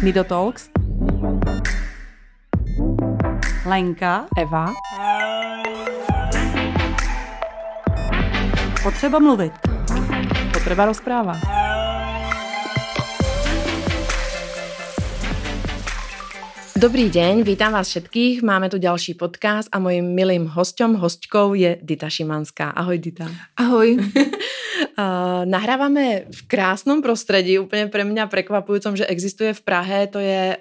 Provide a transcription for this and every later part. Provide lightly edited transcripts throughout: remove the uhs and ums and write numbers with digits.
Nido Talks, Lenka, Eva. Potřeba mluvit. Potřeba rozprávat. Dobrý deň, vítam vás všetkých. Máme tu ďalší podcast a mojím milým hostkou je Dita Šimanská. Ahoj, Dita. Ahoj. Nahrávame v krásnom prostredí, úplne pre mňa prekvapujúcom, že existuje v Prahe, to je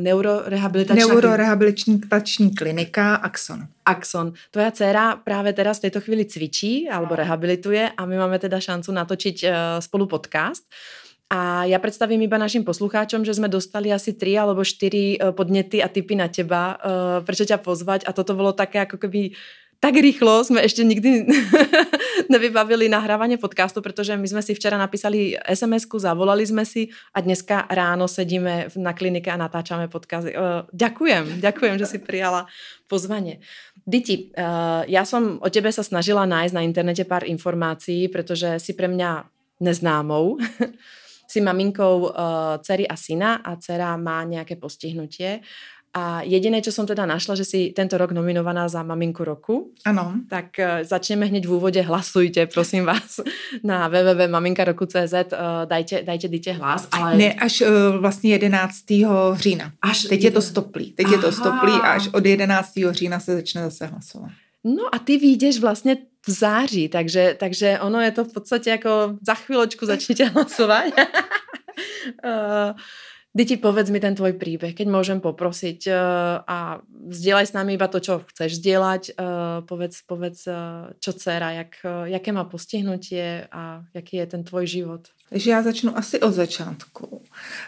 neurorehabilitační klinika Axon. Axon. Tvoja dcéra práve teraz v tejto chvíli cvičí alebo rehabilituje a my máme teda šancu natočiť spolu podcast. A ja predstavím iba našim poslucháčom, že sme dostali asi 3 alebo 4 podnety a tipy na teba, prečo ťa pozvať a toto bolo také ako keby tak rýchlo sme ešte nikdy nevybavili nahrávanie podcastu, pretože my sme si včera napísali SMS-ku, zavolali sme si a dneska ráno sedíme na klinike a natáčame podcasty. Ďakujem, že si prijala pozvanie. Diti, ja som o tebe sa snažila nájsť na internete pár informácií, pretože si pre mňa neznámou. Si maminkou dcery a syna a dcera má nejaké postihnutie. A jediné, čo som teda našla, že si tento rok nominovaná za maminku roku. Ano. Tak začneme hneď v úvode. Hlasujte, prosím vás, na www.maminkaroku.cz. Dajte Dite hlas. Ale... Ne, až vlastně 11. října. Teď je to stoplý. A až od 11. října se začne zase hlasovat. No a ty vyjdeš vlastně v září, takže ono je to v podstatě jako za chvíľočku začnete hlasovať. Diti, povedz mi ten tvoj príbeh, keď môžem poprosiť a vzdielaj s nami iba to, čo chceš zdieľať. Povedz, čo dcera, jaké má postihnutie a jaký je ten tvoj život. Takže já začnu asi od začátku.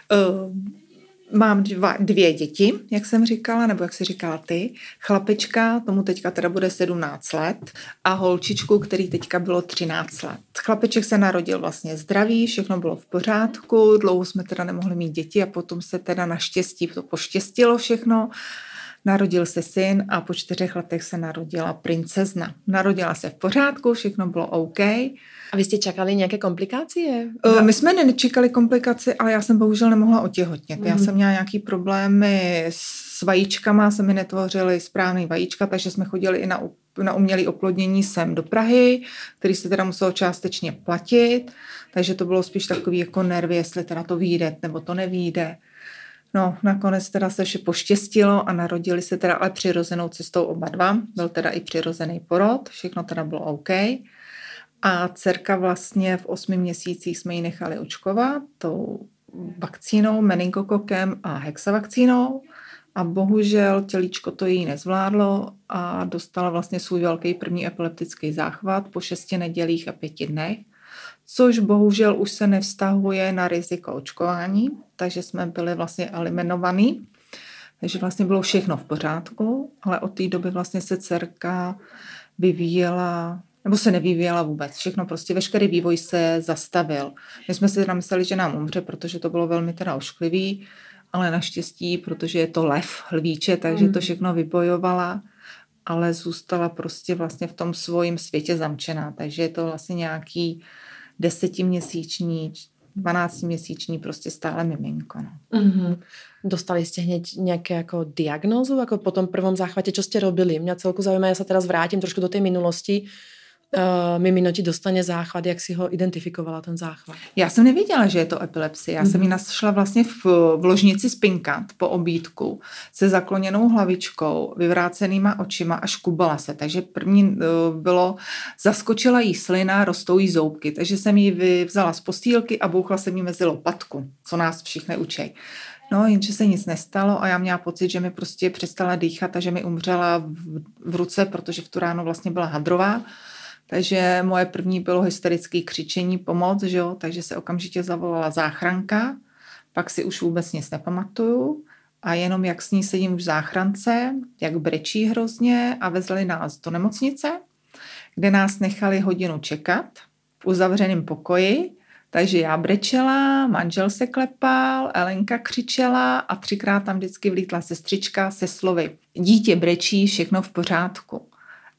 Mám dvě děti, jak jsem říkala, nebo jak jsi říkala ty. Chlapečka, tomu teďka teda bude 17 let a holčičku, který teďka bylo 13 let. Chlapeček se narodil vlastně zdravý, všechno bylo v pořádku, dlouho jsme teda nemohli mít děti a potom se teda naštěstí to poštěstilo všechno. Narodil se syn a po 4 letech se narodila princezna. Narodila se v pořádku, všechno bylo OK. A vy jste čekali nějaké komplikácie? My jsme nečekali komplikace, ale já jsem bohužel nemohla otěhotnět. Já jsem měla nějaký problémy s vajíčkama, se mi netvořily správný vajíčka, takže jsme chodili i na umělé oplodnění sem do Prahy, který se teda muselo částečně platit, takže to bylo spíš takový jako nervy, jestli teda to vyjde nebo to nevyjde. No, nakonec teda se vše poštěstilo a narodili se teda ale přirozenou cestou oba dva. Byl teda i přirozený porod, všechno teda bylo OK. A dcerka vlastně v 8 měsících jsme ji nechali očkovat tou vakcínou, meningokokem a hexavakcínou. A bohužel tělíčko to jí nezvládlo a dostala vlastně svůj velký první epileptický záchvat po 6 nedělích a 5 dnech. Což bohužel už se nevztahuje na riziko očkování, takže jsme byli vlastně eliminovaní. Takže vlastně bylo všechno v pořádku, ale od té doby vlastně se dcerka vyvíjela, nebo se nevyvíjela vůbec. Všechno prostě, veškerý vývoj se zastavil. My jsme si teda mysleli, že nám umře, protože to bylo velmi teda ošklivý, ale naštěstí, protože je to lvíče, takže to všechno vybojovala, ale zůstala prostě vlastně v tom svém světě zamčená. Takže je to vlastně nějaký 10měsíční, 12měsíční prostě stále miminko. No. Mm-hmm. Dostali ste hneď nejaké ako diagnózu ako po tom prvom záchvate, čo ste robili? Mňa celku zaujíma, ja sa teraz vrátim trošku do tej minulosti. Mimino ti dostane záchvat, jak si ho identifikovala ten záchvat? Já jsem nevěděla, že je to epilepsie. Já jsem ji našla vlastně v ložnici spinkat po obídku se zakloněnou hlavičkou, vyvrácenýma očima a škubala se. Takže první bylo, zaskočila jí slina, rostou jí zoubky. Takže jsem ji vzala z postýlky a bouchla jsem jí mezi lopatku, co nás všichni učej. No, jenže se nic nestalo a já měla pocit, že mi prostě přestala dýchat a že mi umřela v ruce, protože v tu ráno vlastně byla hadrová. Takže moje první bylo hysterické křičení pomoc, že jo? Takže se okamžitě zavolala záchranka, pak si už vůbec nic nepamatuju a jenom jak s ní sedím v záchrance, jak brečí hrozně a vezli nás do nemocnice, kde nás nechali hodinu čekat v uzavřeném pokoji, takže já brečela, manžel se klepal, Elenka křičela a 3krát tam vždycky vlítla sestřička se slovy: dítě brečí, všechno v pořádku.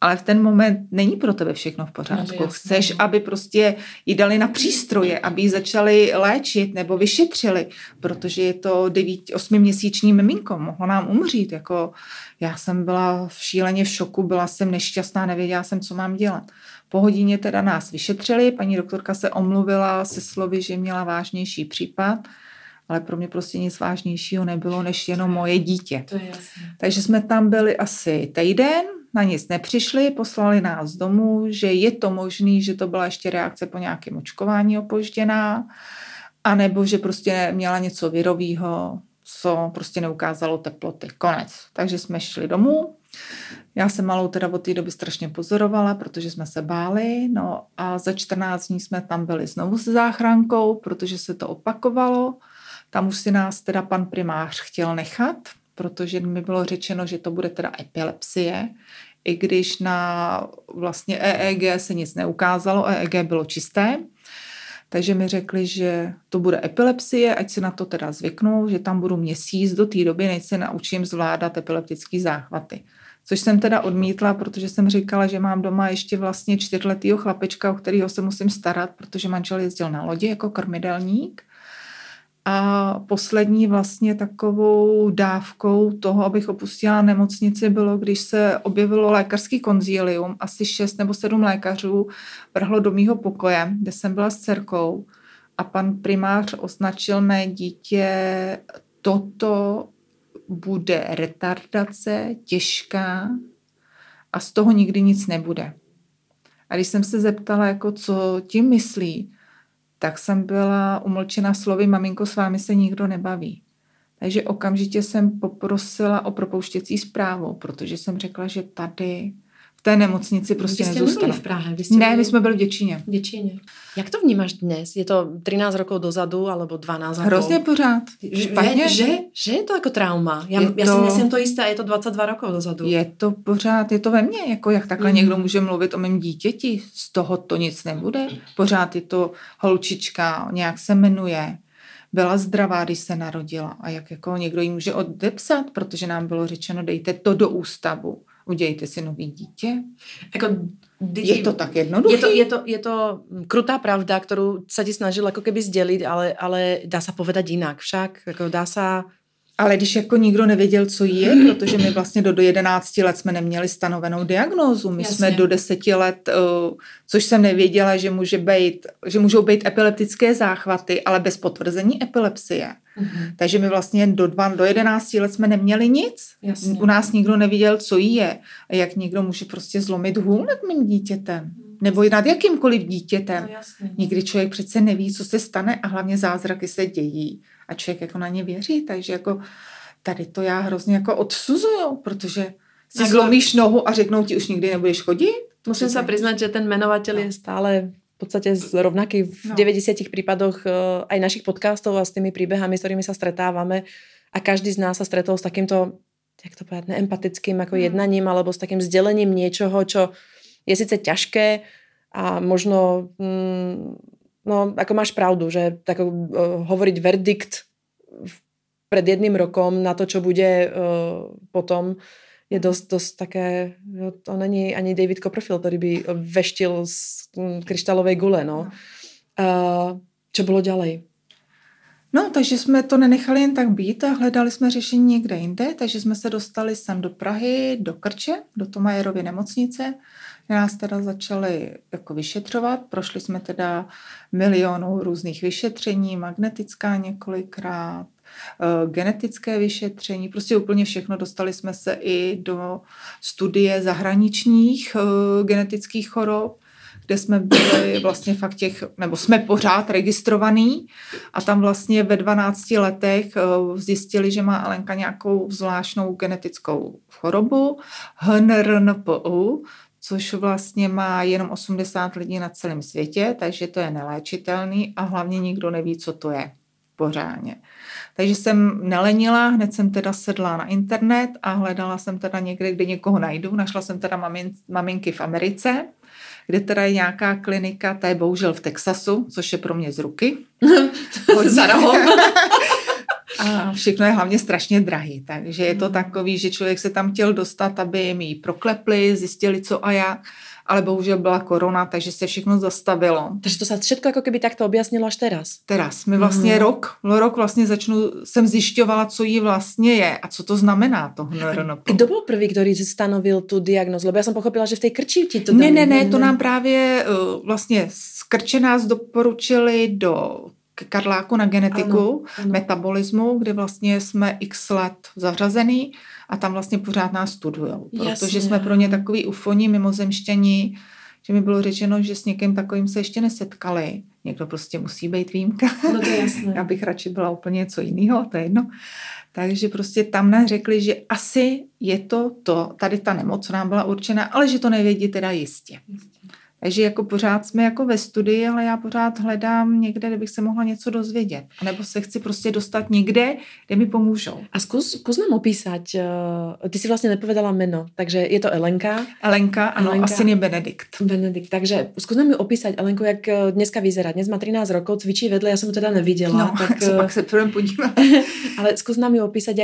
ale v ten moment není pro tebe všechno v pořádku. No, chceš, aby prostě ji dali na přístroje, aby ji začali léčit nebo vyšetřili, protože je to 8měsíční miminko, mohlo nám umřít. Jako já jsem byla šíleně v šoku, byla jsem nešťastná, nevěděla jsem, co mám dělat. Po hodině teda nás vyšetřili, paní doktorka se omluvila se slovy, že měla vážnější případ, ale pro mě prostě nic vážnějšího nebylo, než jenom moje dítě. To je jasné. Takže jsme tam byli asi týden, na nic nepřišli, poslali nás domů, že je to možný, že to byla ještě reakce po nějakém očkování opožděná, anebo že prostě měla něco virového, co prostě neukázalo teploty. Konec. Takže jsme šli domů. Já jsem malou teda od té doby strašně pozorovala, protože jsme se báli, no a za 14 dní jsme tam byli znovu se záchrankou, protože se to opakovalo. Tam už si nás teda pan primář chtěl nechat, protože mi bylo řečeno, že to bude teda epilepsie, i když na vlastně EEG se nic neukázalo, EEG bylo čisté, takže mi řekli, že to bude epilepsie, ať si na to teda zvyknou, že tam budu měsíc do té doby, než se naučím zvládat epileptické záchvaty. Což jsem teda odmítla, protože jsem říkala, že mám doma ještě vlastně 4letýho chlapečka, o kterého se musím starat, protože manžel jezdil na lodi jako krmidelník. A poslední vlastně takovou dávkou toho, abych opustila nemocnici, bylo, když se objevilo lékařský konzílium, asi 6 nebo 7 lékařů vrhlo do mýho pokoje, kde jsem byla s dcerkou a pan primář označil mé dítě, toto bude retardace těžká a z toho nikdy nic nebude. A když jsem se zeptala, jako co tím myslí, tak jsem byla umlčena slovy, maminko, s vámi se nikdo nebaví. Takže okamžitě jsem poprosila o propouštěcí zprávu, protože jsem řekla, že tady v té nemocnici prostě nezůstanu. V Prahe? Ne, my jsme byli v Děčíně. Jak to vnímáš dnes? Je to 13 rokov dozadu alebo 12 rokov? Hrozně pořád. Špatně. Že je to jako trauma? Já si myslím to jisté, je to 22 rokov dozadu. Je to pořád, je to ve mně, jako jak takhle někdo může mluvit o mém dítěti, z toho to nic nebude. Pořád je to holčička, nějak se jmenuje, byla zdravá, když se narodila a jak jako někdo jí může odepsat, protože nám bylo řečeno, dejte to do ústavu, udějte si nový dítě. Jako, je to tak jednoduché? Je to krutá pravda, kterou se ti snažil jako keby sdělit, ale dá se povedať jinak. Však jako dá se... Ale když jako nikdo nevěděl, co je, protože my vlastně do 11 let jsme neměli stanovenou diagnózu. My jsme do 10 let, což jsem nevěděla, že můžou být epileptické záchvaty, ale bez potvrzení epilepsie. Takže my vlastně do 11 let jsme neměli nic. Jasně. U nás nikdo nevěděl, co jí je. A jak někdo může prostě zlomit hůl nad mým dítětem. Nebo i nad jakýmkoliv dítětem. Nikdy člověk přece neví, co se stane a hlavně zázraky se dějí. A člověk jako na ně věří, takže jako tady to já hrozně jako odsuzuju, protože si zlomíš nohu a řeknou ti, už nikdy nebudeš chodit. Musím sa priznať, že ten menovateľ je stále v podstate rovnaký v 90 prípadoch aj našich podcastov a s tými príbehami, s ktorými sa stretávame a každý z nás sa stretol s takýmto, jak to povedať, neempatickým ako jednaním alebo s takým sdelením niečoho, čo je síce ťažké a možno no, ako máš pravdu, že tak, hovoriť verdikt pred 1 rokom na to, čo bude potom, je dosť také, to není ani David Copperfield, ktorý by veštil z kryštálovej gule, no. Čo bylo ďalej? No, takže jsme to nenechali jen tak být a hledali jsme řešení někde jinde, takže jsme se dostali sem do Prahy, do Krče, do Tomajerovy nemocnice. Nás teda začali jako vyšetřovat, prošli jsme teda milionů různých vyšetření, magnetická několikrát, genetické vyšetření, prostě úplně všechno. Dostali jsme se i do studie zahraničních genetických chorob, kde jsme byli vlastně fakt nebo jsme pořád registrovaný a tam vlastně ve 12 letech zjistili, že má Alenka nějakou zvláštnou genetickou chorobu, HNRNPU, což vlastně má jenom 80 lidí na celém světě, takže to je neléčitelný a hlavně nikdo neví, co to je pořádně. Takže jsem nelenila, hned jsem teda sedla na internet a hledala jsem teda někde, kde někoho najdu. Našla jsem teda maminky v Americe, kde teda je nějaká klinika, ta je bohužel v Texasu, což je pro mě z ruky. Za rohom. A a všechno je hlavně strašně drahý. Takže je to takový, že člověk se tam chtěl dostat, aby mi ji proklepli, zjistili co a jak, ale bohužel byla korona, takže se všechno zastavilo. Takže to sa všetko jako keby takto objasnilo až teraz? Teraz. My vlastně rok vlastně jsem zjišťovala, co jí vlastně je a co to znamená to HNR-NP. Kdo byl prvý, který stanovil tu diagnózu? Lebo já jsem pochopila, že v té Krči ti to dali. Ne, to nám právě vlastně z Krče nás doporučili do Karláku na genetiku, ano. Metabolismu, kde vlastně jsme x let zařazený a tam vlastně pořád nás studujou. Protože jsme pro ně takový ufoni, mimozemštění, že mi bylo řečeno, že s někým takovým se ještě nesetkali. Někdo prostě musí být výjimka. No to je jasné. Já bych radši byla úplně něco jiného, to je jedno. Takže prostě tam nám řekli, že asi je to tady ta nemoc, co nám byla určena, ale že to nevědí teda jistě. Takže jako pořád jsme jako ve studii, ale já pořád hledám někde, kde bych se mohla něco dozvědět. A nebo se chci prostě dostat někde, kde mi pomůžou. A zkus nám opísať, ty si vlastně nepovedala jméno, takže je to Elenka. Elenka, ano, a syn je Benedikt. Benedikt, takže zkus nám opísať Elenku, jak dneska vyzerá. Dnes má 13 rokov, cvičí vedle, já jsem ho teda neviděla. No, tak se pak se prvém podívat. Ale zkus nám ju opísať,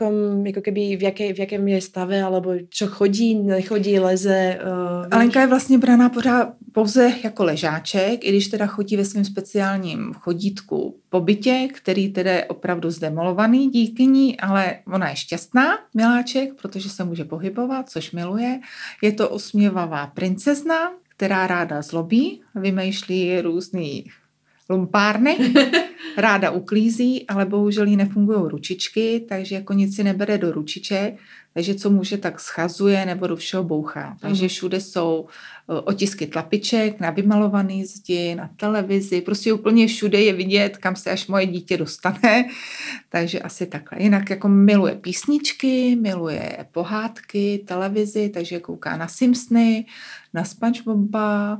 v jakém je stave, alebo čo chodí, nechodí, leze. Elenka je vlastně braná pořád pouze jako ležáček, i když teda chodí ve svém speciálním chodítku po bytě, který teda je opravdu zdemolovaný díky ní, ale ona je šťastná, miláček, protože se může pohybovat, což miluje. Je to usměvavá princezna, která ráda zlobí, vymýšlí různý lumpárny, ráda uklízí, ale bohužel jí nefungují ručičky, takže jako nic si nebere do ručiček, takže co může, tak schazuje nebo do všeho bouchá. Takže všude jsou otisky tlapiček na vymalovaný zdi, na televizi, prostě úplně všude je vidět, kam se až moje dítě dostane, takže asi takhle. Jinak jako miluje písničky, miluje pohádky, televizi, takže kouká na Simpsony, na SpongeBoba,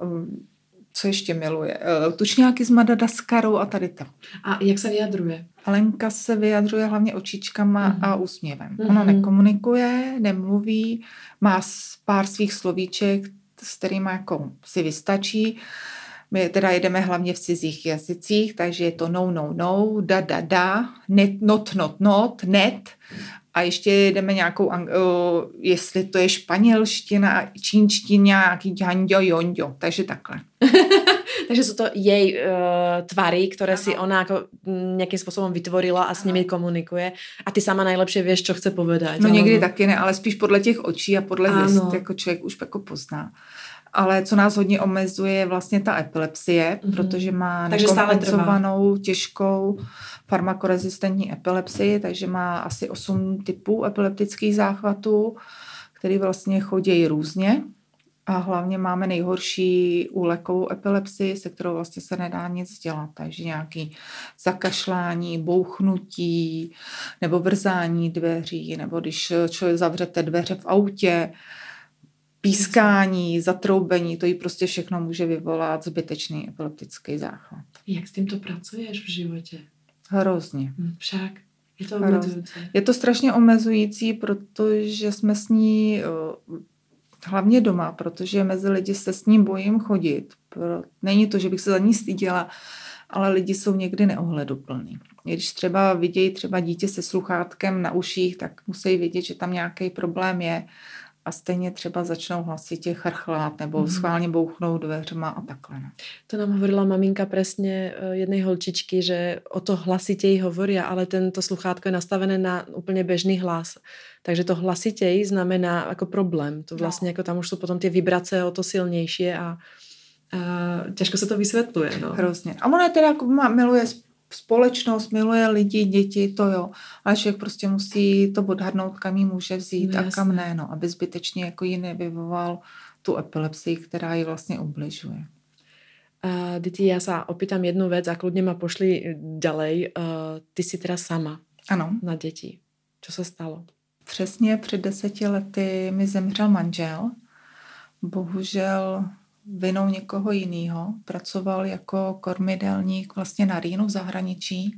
co ještě miluje? Tučňáky z Madagaskaru a tady to. A jak se vyjadruje? Alenka se vyjadruje hlavně očičkama a úsměvem. Ona nekomunikuje, nemluví, má pár svých slovíček, s kterými jako si vystačí. My teda jedeme hlavně v cizích jazycích, takže je to no, da, net, not, net. A ještě jedeme nějakou, jestli to je španělština, čínština, nějaký hanďo, jonďo, takže takhle. Takže sú to jej tvary, ktoré si ona ako nejakým spôsobom vytvorila a s nimi komunikuje. A ty sama najlepšie vieš, čo chce povedať. No někdy taky ne, ale spíš podle těch očí a podle hvězd, jako člověk už jako pozná. Ale co nás hodně omezuje, je vlastně ta epilepsie, protože má nekompenzovanou těžkou farmakorezistentní epilepsii, takže má asi 8 typů epileptických záchvatů, který vlastně chodí různě. A hlavně máme nejhorší úlekovou epilepsii, se kterou vlastně se nedá nic dělat. Takže nějaký zakašlání, bouchnutí nebo vrzání dveří, nebo když člověk zavřete dveře v autě, pískání, zatroubení, to jí prostě všechno může vyvolat zbytečný epileptický záchvat. Jak s tímto pracuješ v životě? Hrozně. Však je to omezující. Je to strašně omezující, protože jsme s ní hlavně doma, protože mezi lidi se s ním bojím chodit. Není to, že bych se za ní styděla, ale lidi jsou někdy neohleduplní. Když třeba vidějí třeba dítě se sluchátkem na uších, tak musí vědět, že tam nějaký problém je a stejně třeba začnou hlasitě chrchlat nebo schválně bouchnou dveřma a takhle. To nám hovorila maminka presne jednej holčičky, že o to hlasitej hovoria, ale tento sluchátko je nastavené na úplne bežný hlas. Takže to hlasitej znamená ako problém. To vlastne ako tam už sú potom tie vibrace o to silnejšie a ťažko sa to vysvetľuje. No. Hrozně. A ona teda miluje společnost, miluje lidi, děti, to jo. Ale člověk prostě musí to odhadnout, kam jí může vzít a kam ne, no, aby zbytečně jako jí nevyvoval tu epilepsii, která ji vlastně ubližuje. Diti, ja sa opýtam jednu vec a kľudne ma pošli ďalej. Ty si teraz sama. Ano. Na děti. Čo sa stalo? Přesně před 10 lety mi zemřel manžel. Bohužel vinou někoho jiného. Pracoval jako kormidelník vlastně na Rýnu v zahraničí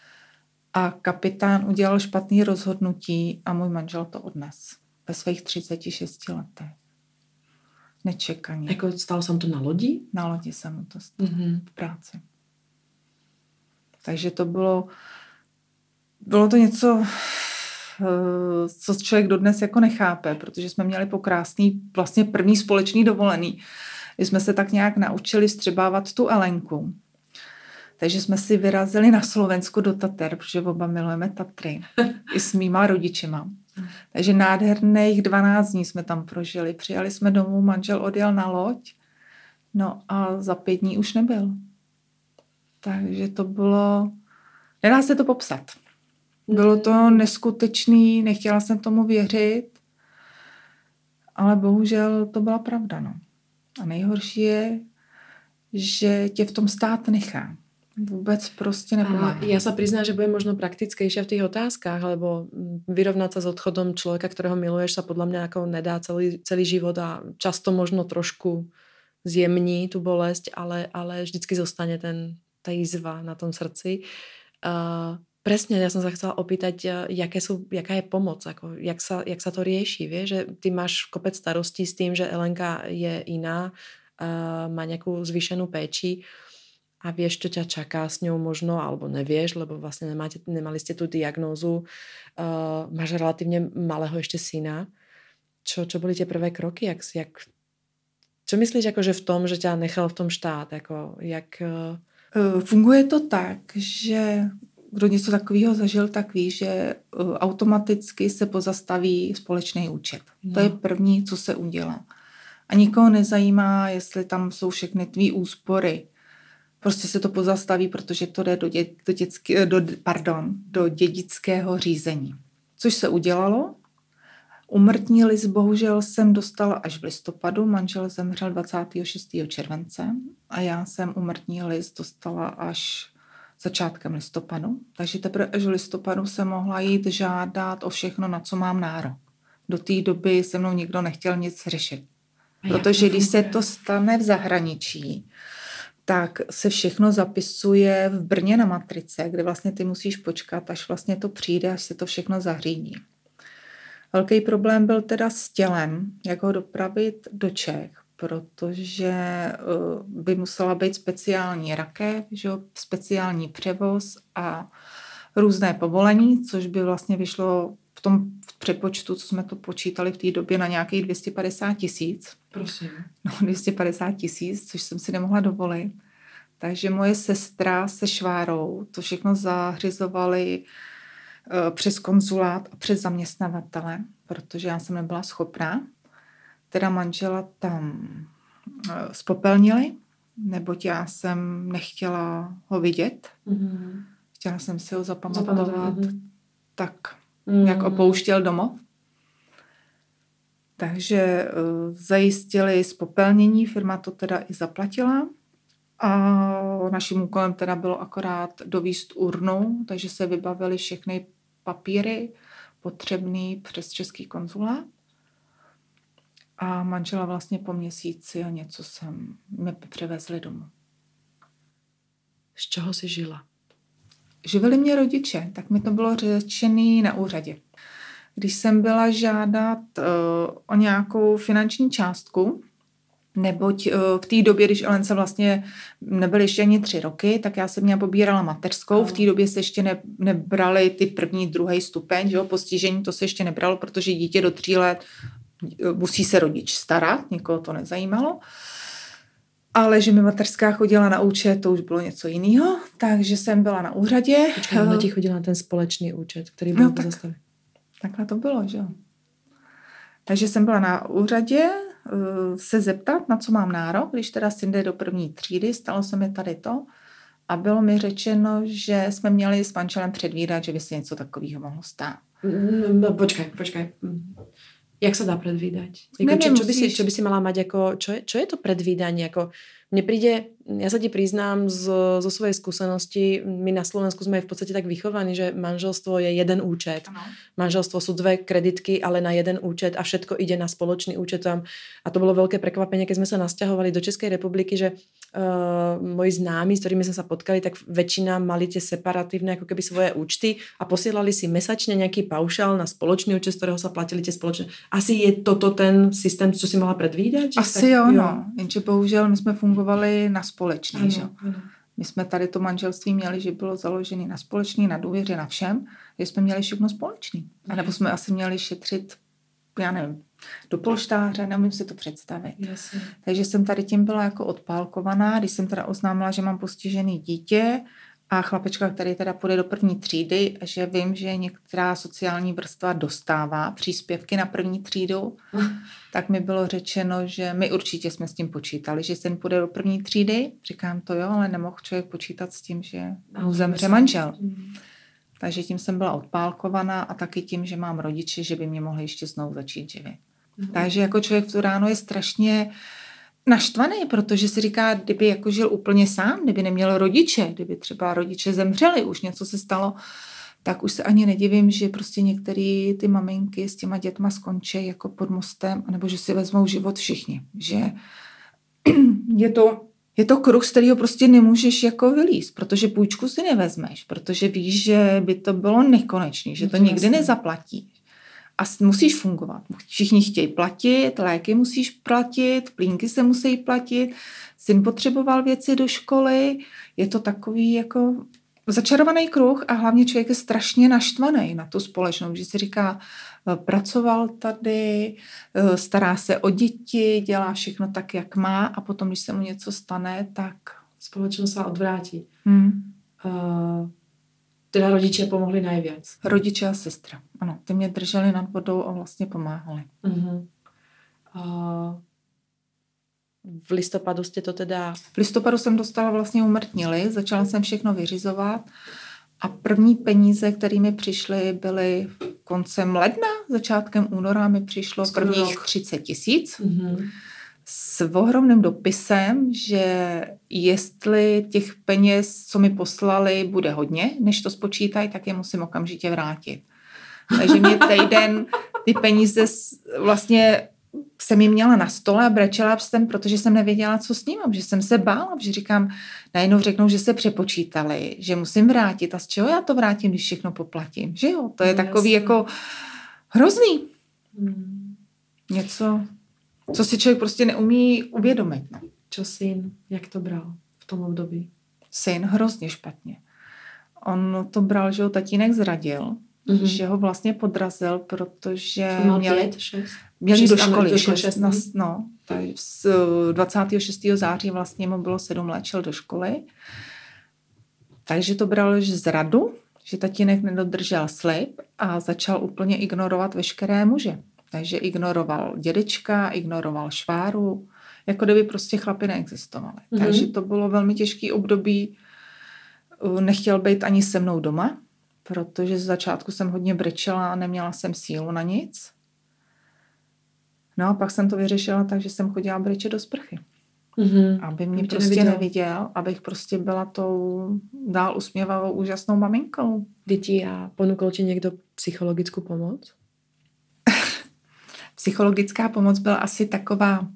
a kapitán udělal špatný rozhodnutí a můj manžel to odnes ve svých 36 letech. Nečekaně. Jako stalo se to na lodi? Na lodi se mu to stalo v práci. Takže to bylo Bylo to něco, co člověk dodnes jako nechápe, protože jsme měli po krásný vlastně první společný dovolený, kdy jsme se tak nějak naučili vstřebávat tu Elenku. Takže jsme si vyrazili na Slovensko do Tater, protože oba milujeme Tatry. I s mýma rodičima. Takže nádherných 12 dní jsme tam prožili. Přijali jsme domů, manžel odjel na loď, no a za 5 dní už nebyl. Takže to bylo... Nedá se to popsat. Bylo to neskutečný, nechtěla jsem tomu věřit, ale bohužel to byla pravda, no. A nejhorší je, že tě v tom stát nechá. Vůbec prostě nepomáha. Ja sa priznám, že budem možno praktickejšia v tých otázkach, lebo vyrovnať sa s odchodom človeka, ktorého miluješ, sa podľa mňa ako nedá celý život a často možno trošku zjemní tú bolesť, ale vždycky zostane tá izva na tom srdci. Presne, ja som sa chcela opýtať, jaká je pomoc, ako, jak sa to rieši, vieš, že ty máš kopec starostí s tým, že Elenka je iná, má nejakú zvýšenú péči a vieš, čo ťa čaká s ňou možno, alebo nevieš, lebo vlastne nemali ste tú diagnózu. Máš relatívne malého ešte syna. Čo boli tie prvé kroky? Čo myslíš akože v tom, že ťa nechal v tom štát? Funguje to tak, že kdo něco takového zažil, tak ví, že automaticky se pozastaví společný účet. No. To je první, co se udělá. A nikoho nezajímá, jestli tam jsou všechny tvý úspory. Prostě se to pozastaví, protože to jde do dědického řízení. Což se udělalo. Úmrtní list bohužel jsem dostala až v listopadu. Manžel zemřel 26. července a já jsem úmrtní list dostala až začátkem listopadu. Takže teprve až v listopadu jsem mohla jít žádat o všechno, na co mám nárok. Do té doby se mnou nikdo nechtěl nic řešit. Protože když se to stane v zahraničí, tak se všechno zapisuje v Brně na matrice, kde vlastně ty musíš počkat, až vlastně to přijde, až se to všechno zařídí. Velký problém byl teda s tělem, jak ho dopravit do Čech, protože by musela být speciální rakev, speciální převoz a různé povolení, což by vlastně vyšlo v tom přepočtu, co jsme to počítali v té době, na nějakých 250 000. Prosím. No, 250 000, což jsem si nemohla dovolit. Takže moje sestra se švárou to všechno zařizovali přes konzulát a přes zaměstnavatele, protože já jsem nebyla schopná. Teda manžela tam spopelnili, neboť já jsem nechtěla ho vidět. Mm-hmm. Chtěla jsem si ho zapamatovat tak, jak opouštěl domov. Takže zajistili spopelnění, firma to teda i zaplatila a naším úkolem teda bylo akorát dovízt urnu, takže se vybavili všechny papíry potřebný přes český konzulát a manžela vlastně po měsíci a něco mě převezli domů. Z čeho jsi žila? Živili mě rodiče, tak mi to bylo řečené na úřadě. Když jsem byla žádat o nějakou finanční částku, neboť v té době, když Elence vlastně nebyly ještě ani 3 roky, tak já jsem měla pobírala mateřskou. V té době se ještě nebrali ty první, druhý stupeň, že? Postižení, to se ještě nebralo, protože dítě do 3 let musí se rodič starat, nikoho to nezajímalo. Ale že mi mateřská chodila na účet, to už bylo něco jiného, takže jsem byla na úřadě. Počkej, ona ti chodila na ten společný účet, který byl pozastaven. Takhle to bylo, že jo. Takže jsem byla na úřadě se zeptat, na co mám nárok, když teda syn jde do 1. třídy, stalo se mi tady to a bylo mi řečeno, že jsme měli s manželem předvídat, že by se něco takového mohlo stát. No, počkaj. Jak sa dá predvídať? Čo by si mala mať ako... Čo je to predvídanie? Ako, mne príde... Ja sa ti priznám zo svojej skúsenosti, my na Slovensku sme v podstate tak vychovaní, že manželstvo je jeden účet. Ano. Manželstvo sú 2 kreditky, ale na jeden účet a všetko ide na spoločný účet tam. A to bolo veľké prekvapenie, keď sme sa nasťahovali do Českej republiky, že moji známi, s ktorými sme sa potkali, tak väčšina mali tie separatívne ako keby svoje účty a posielali si mesačne nejaký paušál na spoločný účet, z ktorého sa platili tie spoločné. Asi je toto ten systém, čo si mala predvídať? Asi tak, jo, no. Jenže bohužel my jsme fungovali na společný, že? My jsme tady to manželství měli, že bylo založené na společný, na důvěře, na všem, že jsme měli všechno společný. A nebo jsme asi měli šetřit, já nevím, do polštáře, neumím si to představit. Jasně. Takže jsem tady tím byla jako odpálkovaná, když jsem teda oznámila, že mám postižený dítě a chlapečka, který teda půjde do 1. třídy, že vím, že některá sociální vrstva dostává příspěvky na 1. třídu, tak mi bylo řečeno, že my určitě jsme s tím počítali, že syn půjde do 1. třídy. Říkám to jo, ale nemohl člověk počítat s tím, že mu zemře manžel. Takže tím jsem byla odpálkovaná a taky tím, že mám rodiče, že by mě mohli ještě znovu začít živit. Takže jako člověk v tu ráno je strašně naštvaný, protože si říká, kdyby jako žil úplně sám, kdyby neměl rodiče, kdyby třeba rodiče zemřeli, už něco se stalo, tak už se ani nedivím, že prostě některé ty maminky s těma dětma skončí jako pod mostem, anebo že si vezmou život všichni. Že je to kruh, z kterého prostě nemůžeš jako vylízt, protože půjčku si nevezmeš, protože víš, že by to bylo nekonečné, že to nikdy nezaplatíš. A musíš fungovat. Všichni chtějí platit, léky musíš platit, plínky se musí platit, syn potřeboval věci do školy, je to takový jako začarovaný kruh a hlavně člověk je strašně naštvaný na tu společnost, že si říká, pracoval tady, stará se o děti, dělá všechno tak, jak má a potom, když se mu něco stane, tak společnost se odvrátí. Teda rodiče pomohli nejvíc. Rodiče a sestra. Ano, ty mě drželi nad vodou a vlastně pomáhali. V listopadu jste to teda... V listopadu jsem dostala vlastně úmrtní list, začala jsem všechno vyřizovat a první peníze, které mi přišly, byly koncem ledna, začátkem února mi přišlo prvních 30 000 s ohromným dopisem, že jestli těch peněz, co mi poslali, bude hodně, než to spočítají, tak je musím okamžitě vrátit. Takže mě týden ty peníze vlastně jsem jim měla na stole a brečela jsem, protože jsem nevěděla, co s ním, že jsem se bála, že říkám, najednou řeknou, že se přepočítali, že musím vrátit a z čeho já to vrátím, když všechno poplatím, že jo, to je takový jako hrozný. Něco, co si člověk prostě neumí uvědomit. No. Čo syn, jak to bral v tom období? Syn hrozně špatně. On to bral, že ho tatínek zradil, že ho vlastně podrazil, protože měli do školy. 6, no, z 26. září vlastně mu bylo 7 let, šel do školy. Takže to bral že zradu, že tatínek nedodržel slib a začal úplně ignorovat veškeré muže. Takže ignoroval dědečka, ignoroval šváru, jako kdyby prostě chlapi neexistovali. Takže to bylo velmi těžký období. Nechtěl být ani se mnou doma, protože z začátku jsem hodně brečela a neměla jsem sílu na nic. No a pak jsem to vyřešila tak, že jsem chodila brečet do sprchy. Aby mě prostě neviděl, abych prostě byla tou dál usměvavou, úžasnou maminkou. Děti a ponúkol ti někdo psychologickou pomoc? Psychologická pomoc byla asi taková,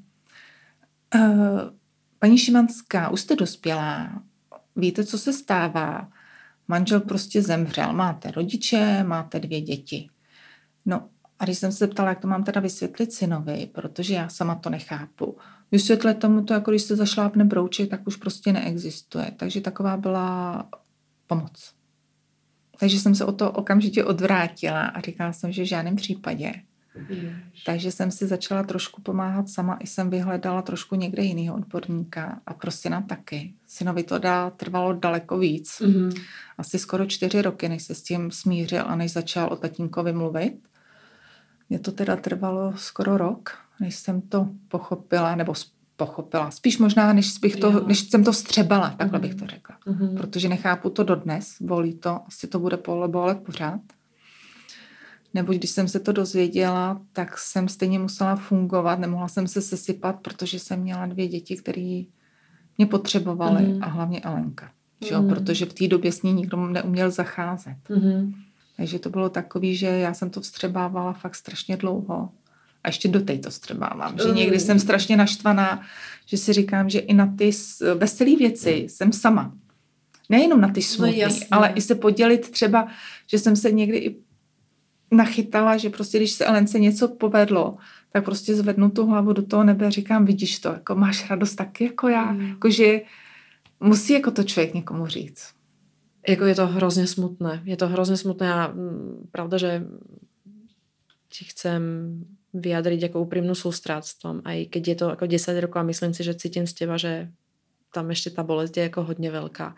paní Šimanská, už jste dospělá, víte, co se stává, manžel prostě zemřel, máte rodiče, máte 2 děti. No a když jsem se ptala, jak to mám teda vysvětlit synovi, protože já sama to nechápu. Vysvětlit tomu to, jako když se zašlápne brouček, tak už prostě neexistuje. Takže taková byla pomoc. Takže jsem se o to okamžitě odvrátila a říkala jsem, že v žádném případě. Takže jsem si začala trošku pomáhat sama, i jsem vyhledala trošku někde jiného odborníka a prostě nám taky. Synovi to trvalo daleko víc. Asi skoro 4 roky, než se s tím smířil a než začal o tatínkovi mluvit. Mně to teda trvalo skoro rok, než jsem to pochopila, spíš možná, než jsem to vstřebala, takhle bych to řekla. Protože nechápu to dodnes, bolí to, asi to bude bolet pořád. Nebo když jsem se to dozvěděla, tak jsem stejně musela fungovat, nemohla jsem se sesypat, protože jsem měla 2 děti, které mě potřebovaly a hlavně Elenka. Protože v té době s ní nikdo neuměl zacházet. Takže to bylo takový, že já jsem to vstřebávala fakt strašně dlouho. A ještě doteď to vstřebávám. Že někdy jsem strašně naštvaná, že si říkám, že i na ty veselé věci jsem sama. Nejenom na ty smutné, ale i se podělit třeba, že jsem se někdy i nachytala, že prostě když se Elence něco povedlo, tak prostě zvednu tu hlavu do toho nebe a říkám, vidíš to, jako máš radost taky jako já. Jakože musí jako to člověk někomu říct. Jako je to hrozně smutné. Je to hrozně smutné a pravda, že ti chcem vyjadriť ako úprimnú sústrať s tom, aj keď je to ako 10 rokov a myslím si, že cítim z teba, že tam ešte tá bolesť je ako hodne veľká.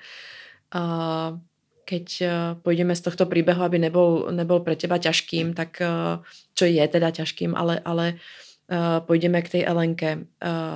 Keď pôjdeme z tohto príbehu, aby nebol pre teba ťažkým, tak čo je teda ťažkým, ale pôjdeme k tej Elenke.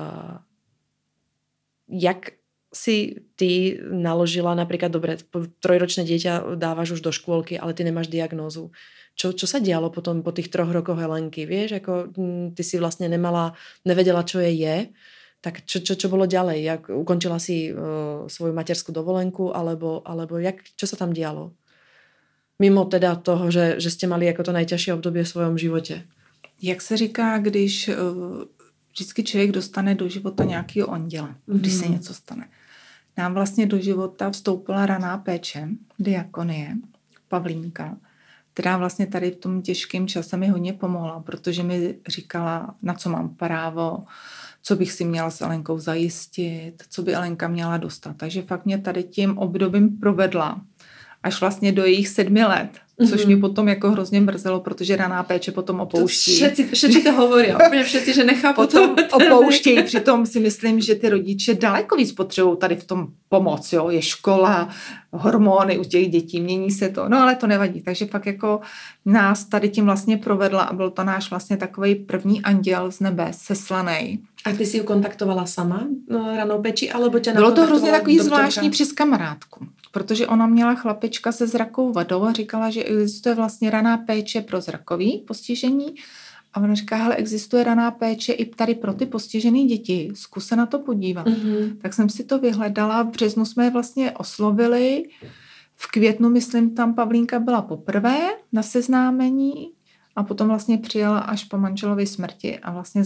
Jak si ty naložila napríklad, dobre, 3-ročné dieťa dávaš už do škôlky, ale ty nemáš diagnózu. Čo sa dialo potom po tých 3 rokoch Helenky? Vieš, ako ty si vlastne nevedela, čo je, tak čo bolo ďalej? Jak ukončila si svoju materskú dovolenku, alebo čo sa tam dialo? Mimo teda toho, že ste mali jako to najťažšie obdobie v svojom životě. Jak se říká, když vždycky člověk dostane do života nějakého anděla, když se něco stane. Nám vlastně do života vstoupila raná péče, diakonie, Pavlínka, která vlastně tady v tom těžkém čase mi hodně pomohla, protože mi říkala, na co mám právo, co bych si měla s Elenkou zajistit, co by Elenka měla dostat. Takže fakt mě tady tím obdobím provedla až vlastně do jejich 7 let, což mě potom jako hrozně mrzelo, protože raná péče potom opouští. Všetci to hovorí, úplně všetci, že nechápu. Potom opouštějí, přitom si myslím, že ty rodiče daleko víc potřebují tady v tom pomoc, jo, je škola, hormony u těch dětí, mění se to, no ale to nevadí, takže fakt jako nás tady tím vlastně provedla a byl to náš vlastně takovej první anděl z nebe, seslanej. A ty si ju kontaktovala sama ranou péči, alebo tě bylo to hrozně takový zvláštní přes kamarádku, protože ona měla chlapečka se zrakovou vadou a říkala, že existuje vlastně raná péče pro zrakový postižení a ona říká, hele, existuje raná péče i tady pro ty postižené děti, zkus se na to podívat. Tak jsem si to vyhledala, v březnu jsme je vlastně oslovili, v květnu, myslím, tam Pavlínka byla poprvé na seznámení a potom vlastně přijela až po manželově smrti a vlastně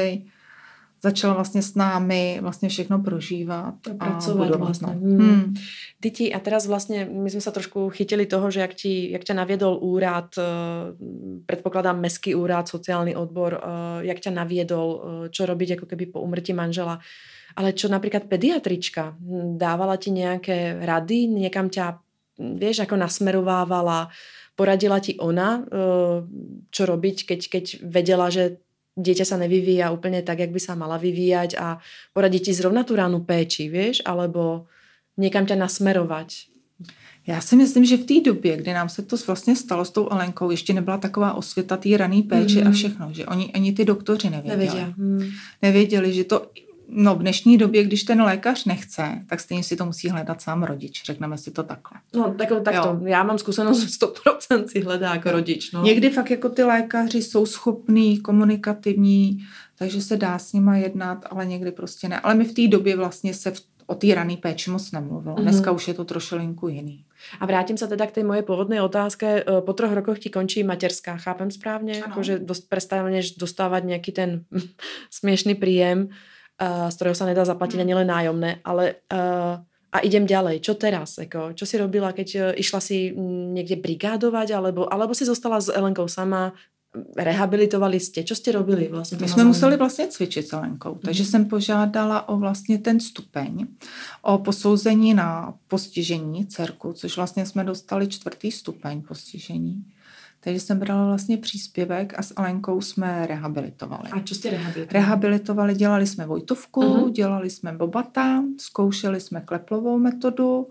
začala vlastně s námi vlastně všechno prožívat a pracovať vlastne. Ty a teraz vlastne my sme sa trošku chytili toho, že jak ťa naviedol úrad, predpokladám mestský úrad, sociálny odbor, jak ťa naviedol, čo robiť ako keby po úmrtí manžela. Ale čo napríklad pediatrička dávala ti nejaké rady, niekam ťa, vieš, ako nasmerovávala, poradila ti ona, čo robiť, keď vedela, že dieťa sa nevyvíja úplne tak, jak by sa mala vyvíjať a poradiť ti zrovna tú ránu péči, vieš, alebo někam tě nasmerovat. Já si myslím, že v té době, kdy nám se to vlastně stalo s tou Elenkou, ještě nebyla taková osvěta té rané péče a všechno, že oni ani ty doktoři nevěděli. Nevěděli, že to, no v dnešní době, když ten lékař nechce, tak stejně si to musí hledat sám rodič, řekneme si to takhle. No takto, já mám zkušenost, že 100% si hledá jako rodič. No. Někdy fakt jako ty lékaři jsou schopní, komunikativní, takže se dá s nima jednat, ale někdy prostě ne. Ale my v té době vlastně se o té rané péči moc nemluvilo. Dneska už je to trošilinku jiný. A vrátím se teda k té mojej pôvodnej otázke. Po 3 rokoch ti končí materská, chápem správně? Jakože prestaneš dostávat nějaký ten směšný príjem, z ktorého sa nedá zaplatiť ani len nájomné, ale a idem ďalej. Čo teraz? Čo si robila, keď išla si niekde brigádovať, alebo si zostala s Elenkou sama, rehabilitovali ste? Čo ste robili vlastně? My jsme museli vlastně cvičit s Elenkou, takže jsem požádala o vlastně ten stupeň, o posouzení na postižení dcerku, což vlastně jsme dostali 4. stupeň postižení. Takže jsem brala vlastně příspěvek a s Elenkou jsme rehabilitovali. A co jste rehabilitovali? Rehabilitovali, dělali jsme Vojtovku, dělali jsme Bobata, zkoušeli jsme Kleplovou metodu,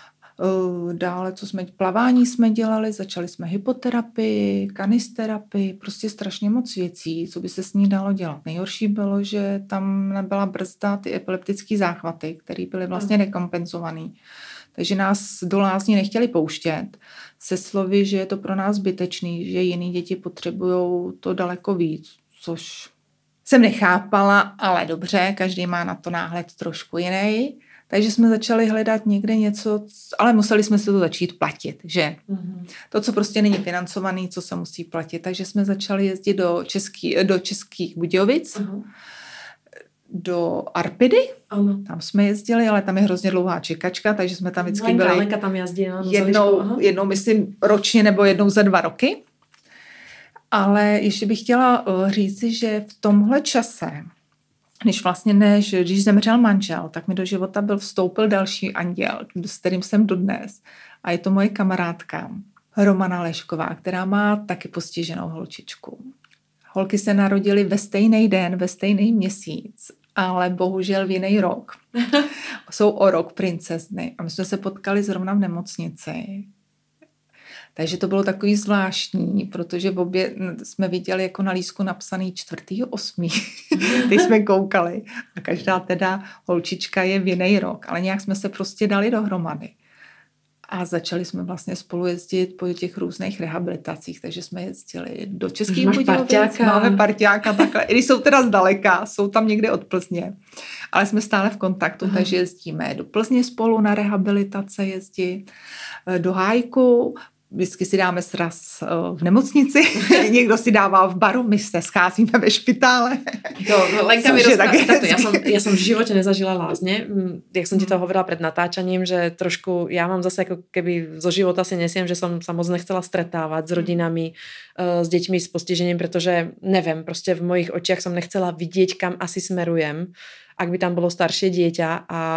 dále, plavání jsme dělali, začali jsme hypoterapii, kanisterapii, prostě strašně moc věcí, co by se s ní dalo dělat. Nejhorší bylo, že tam nebyla brzda ty epileptické záchvaty, které byly vlastně nekompenzovaný. Takže nás do lázní nechtěli pouštět se slovy, že je to pro nás zbytečný, že jiný děti potřebují to daleko víc, což jsem nechápala, ale dobře, každý má na to náhled trošku jiný. Takže jsme začali hledat někde něco, ale museli jsme se to začít platit, že? To, co prostě není financovaný, co se musí platit. Takže jsme začali jezdit do Českých Budějovic, do Arpidy. Ano. Tam jsme jezdili, ale tam je hrozně dlouhá čekačka, takže jsme tam vždycky byli Lenka tam jezdí, jednou, myslím, ročně nebo jednou za 2 roky. Ale ještě bych chtěla říci, že v tomhle čase když zemřel manžel, tak mi do života vstoupil další anděl, s kterým jsem dodnes. A je to moje kamarádka Romana Lešková, která má taky postiženou holčičku. Holky se narodily ve stejný den, ve stejný měsíc, ale bohužel v jiný rok. Jsou o rok princezny. A my jsme se potkali zrovna v nemocnici. Takže to bylo takový zvláštní, protože v obě jsme viděli jako na lístku napsaný 4.8. Teď jsme koukali. A každá teda holčička je v jiný rok. Ale nějak jsme se prostě dali dohromady. A začali jsme vlastně spolu jezdit po těch různých rehabilitacích, takže jsme jezdili do Českých Budějovic. Máme parťáka takhle, i když jsou teda zdaleka, jsou tam někde od Plzně, ale jsme stále v kontaktu, takže jezdíme do Plzně spolu na rehabilitace jezdit, do Hájku, vždycky si dáme sraz v nemocnici, někdo si dává v baru, my se scházíme ve špitále. Lenka mi ja som v živote nezažila lázne. Jak som ti to hovorila pred natáčaním, že trošku, ja mám zase ako keby zo života si nesiem, že som sa moc nechcela stretávať s rodinami, s deťmi s postižením, pretože neviem, proste v mojich očiach som nechcela vidieť, kam asi smerujem, ak by tam bolo staršie dieťa a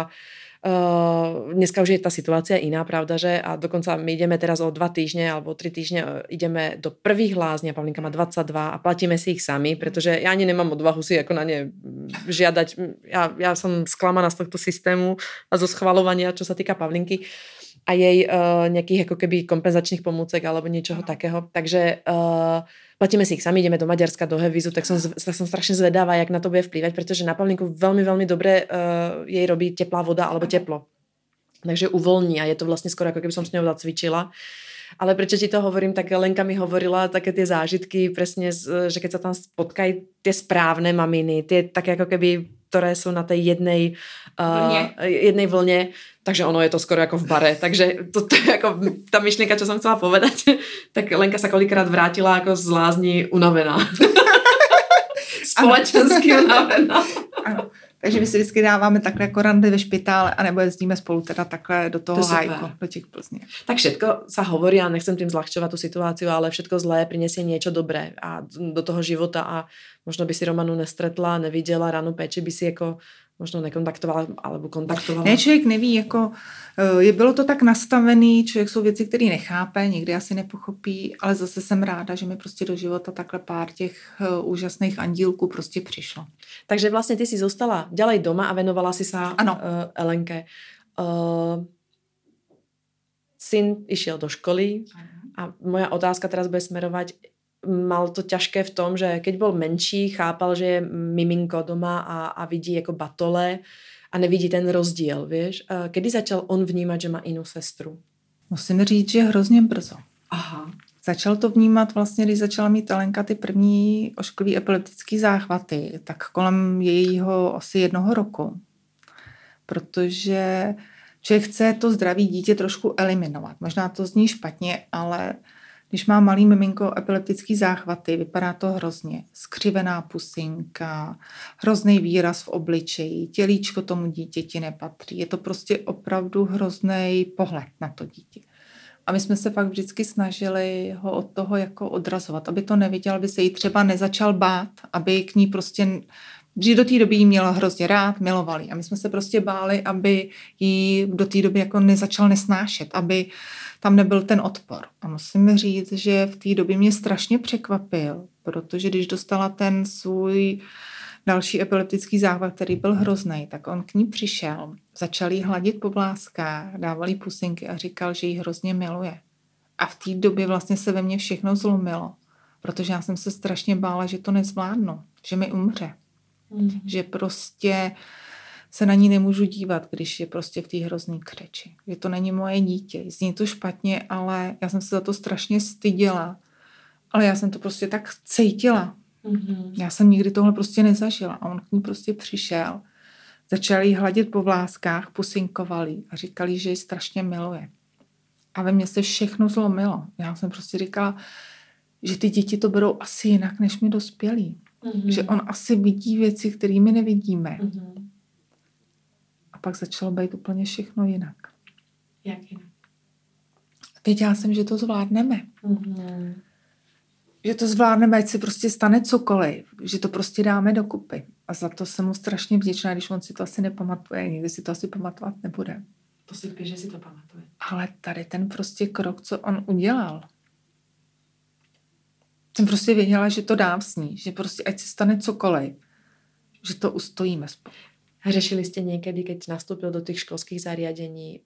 dneska už je tá situácia iná, pravda, že? A dokonca my ideme teraz o 2 týždne alebo 3 týždne ideme do prvých lázní a Pavlinka má 22 a platíme si ich sami, pretože ja ani nemám odvahu si ako na ne žiadať. Ja som sklamaná z tohto systému a zo schvaľovania, čo sa týka Pavlinky a jej nejakých ako keby kompenzačných pomôcek alebo niečoho takého. Takže platíme si ich sami, ideme do Maďarska, do Hevizu, tak som strašne zvedavá, jak na to bude vplývať, pretože na Pavlinku veľmi, veľmi dobre jej robí teplá voda alebo teplo. Takže uvoľní a je to vlastne skoro ako keby som s ňou zacvičila. Ale prečo ti to hovorím, tak Lenka mi hovorila také tie zážitky presne, že keď sa tam spotkají tie správne maminy, tie také ako keby, ktoré sú na tej jednej vlne, takže ono je to skoro ako v bare. Takže to je ako tá myšlienka, čo som chcela povedať. Tak Lenka sa kolikrát vrátila ako z lázni unavená. Společensky unavená. Ano. Takže my si vždycky dáváme takhle jako randy ve špitále, anebo jezdíme spolu teda takhle do toho Hájku, do těch Plzně. Tak všetko sa hovorí, a nechcem tým zľahčovať tú situáciu, ale všetko zlé prinesie niečo dobré a do toho života a možno by si Romanu nestretla, neviděla, ranu péči by si jako možno nekontaktovala, alebo kontaktovala. Ne, člověk neví, jako bylo to tak nastavený, člověk jsou věci, které nechápe, někdy asi nepochopí, ale zase jsem ráda, že mi prostě do života takhle pár těch úžasných andílků prostě přišlo. Takže vlastně ty si zostala ďalej doma a venovala si sa Elenke. Syn išiel do školy a moja otázka teraz bude smerovať, mal to ťažké v tom, že keď bol menší, chápal, že je miminko doma a vidí jako batole a nevidí ten rozdíl, vieš? Kedy začal on vnímat, že má jinou sestru? Musím říct, že hrozně brzo. Aha. Začal to vnímat vlastně, když začala mít Elenka ty první ošklivý epileptický záchvaty, tak kolem jejího asi 1 roku. Protože člověk chce to zdraví dítě trošku eliminovat. Možná to zní špatně, ale když má malý miminko epileptický záchvaty, vypadá to hrozně. Skřivená pusinka, hrozný výraz v obličeji, tělíčko tomu dítěti nepatří. Je to prostě opravdu hrozný pohled na to dítě. A my jsme se fakt vždycky snažili ho od toho jako odrazovat, aby to neviděl, aby se jí třeba nezačal bát, aby k ní prostě, že do té doby jí měl hrozně rád, milovali. A my jsme se prostě báli, aby jí do té doby jako nezačal nesnášet, aby tam nebyl ten odpor. A musím říct, že v té době mě strašně překvapil, protože když dostala ten svůj další epileptický záchvat, který byl hrozný, tak on k ní přišel, začal jí hladit po vláskách, dával jí pusinky a říkal, že jí hrozně miluje. A v té době vlastně se ve mně všechno zlomilo, protože já jsem se strašně bála, že to nezvládnu, že mi umře. Že prostě se na ní nemůžu dívat, když je prostě v té hrozný křeči. Že to není moje dítě. Zní to špatně, ale já jsem se za to strašně styděla. Ale já jsem to prostě tak cítila. Já jsem nikdy tohle prostě nezažila. A on k ní prostě přišel, začal jí hladit po vláskách, pusinkoval jí a říkali, že ji strašně miluje. A ve mně se všechno zlomilo. Já jsem prostě říkala, že ty děti to berou asi jinak, než my dospělí. Že on asi vidí věci, které my nevidíme. A pak začalo být úplně všechno jinak. Jak jinak? Věděla jsem, že to zvládneme. Že to zvládneme, ať se prostě stane cokoliv, že to prostě dáme dokupy. A za to jsem mu strašně vděčná, když on si to asi nepamatuje, nikdy si to asi pamatovat nebude. To si píš, že si to pamatuje. Ale tady ten prostě krok, co on udělal, jsem prostě věděla, že to dám s ní, že prostě ať se stane cokoliv, že to ustojíme spolu. Řešili jste někdy, keď nastúpil do těch školských zariadení,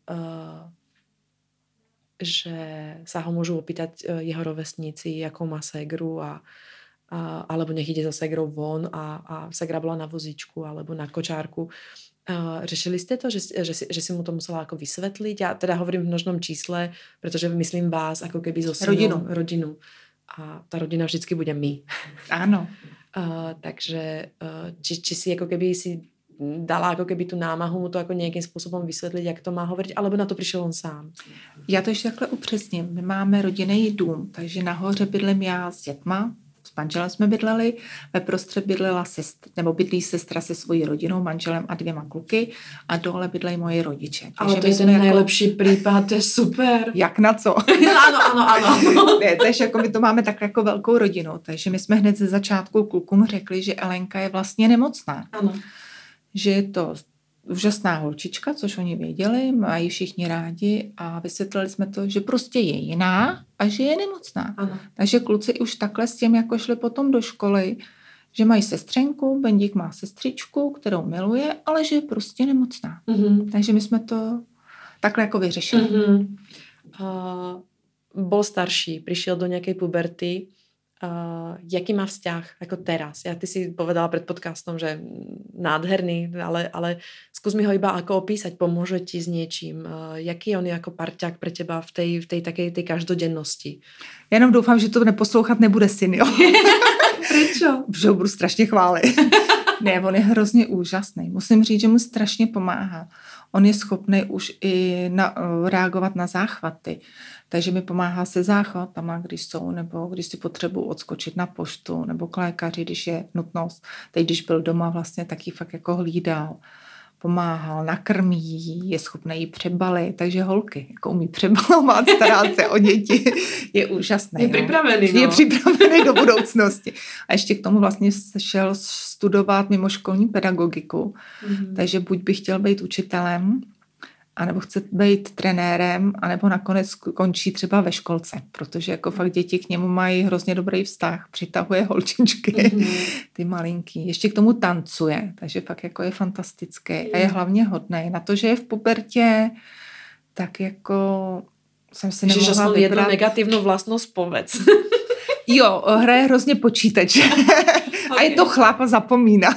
že sa ho môžu opýtať jeho rovesníci, jakou má ségru alebo nech ide so ségrou von a ségra bola na vozíčku alebo na kočárku. Řešili jste to, že si mu to musela jako vysvetliť? Já teda hovorím v množnom čísle, protože myslím vás ako keby so synom, rodinu. A ta rodina vždycky bude my. Ano. Takže či si jako keby si dala jako keby tu námahu mu to jako nějakým způsobem vysvětlit, jak to má hovoriť, alebo na to přišel on sám? Já to ještě takhle upřesním. My máme rodinný dům, takže nahoře bydlím já s dětma, s manželem jsme bydleli, ve prostřed bydlela bydlí sestra se svojí rodinou, manželem a 2 kluky a dole bydlejí moje rodiče. Ale to je ten nejlepší případ, to je super. Jak na co? Ano. Ne, takže jako my to máme tak jako velkou rodinu, takže my jsme hned ze začátku klukům řekli, že Elenka je vlastně nemocná. Ano. Že je to úžasná holčička, což oni věděli, mají všichni rádi a vysvětlili jsme to, že prostě je jiná a že je nemocná. Ano. Takže kluci už takhle s tím jako šli potom do školy, že mají sestřenku, Bendík má sestřičku, kterou miluje, ale že je prostě nemocná. Mm-hmm. Takže my jsme to takhle jako vyřešili. Mm-hmm. Bol starší, prišiel do nejakej puberty. Jaký má vzťah ako teraz? Ty si povedala pred podcastom, že nádherný, ale skús mi ho iba ako opísať, pomôže ti s niečím. Jaký on je ako parťák pre teba v tej takej tej každodennosti? Já jenom doufám, že to neposlouchat nebude syn, jo? Prečo? Protože ho budu strašně chválit. Ne, on je hrozně úžasný. Musím říct, že mu strašně pomáhá. On je schopný už i reagovat na záchvaty. Takže mi pomáhá se záchvatama, když jsou, nebo když si potřebuji odskočit na poštu, nebo k lékaři, když je nutnost. Teď, když byl doma, vlastně taky fakt jako hlídal. Pomáhal, nakrmí, je schopný jí přebalit, takže holky, jako umí přebalovat, stará se o děti, je úžasný. Je připravený, no. Je připravený do budoucnosti. A ještě k tomu vlastně šel studovat mimoškolní pedagogiku, takže buď by chtěl být učitelem, anebo chce být trenérem, anebo nakonec končí třeba ve školce, protože jako fakt děti k němu mají hrozně dobrý vztah, přitahuje holčičky, ty malinký. Ještě k tomu tancuje, takže fakt jako je fantastický a je hlavně hodnej. Na to, že je v pubertě, tak jako jsem si nemohla vybrat. Jednu negativní vlastnost povedz. Jo, hraje hrozně počítač. Okay. A je to chlap a zapomíná.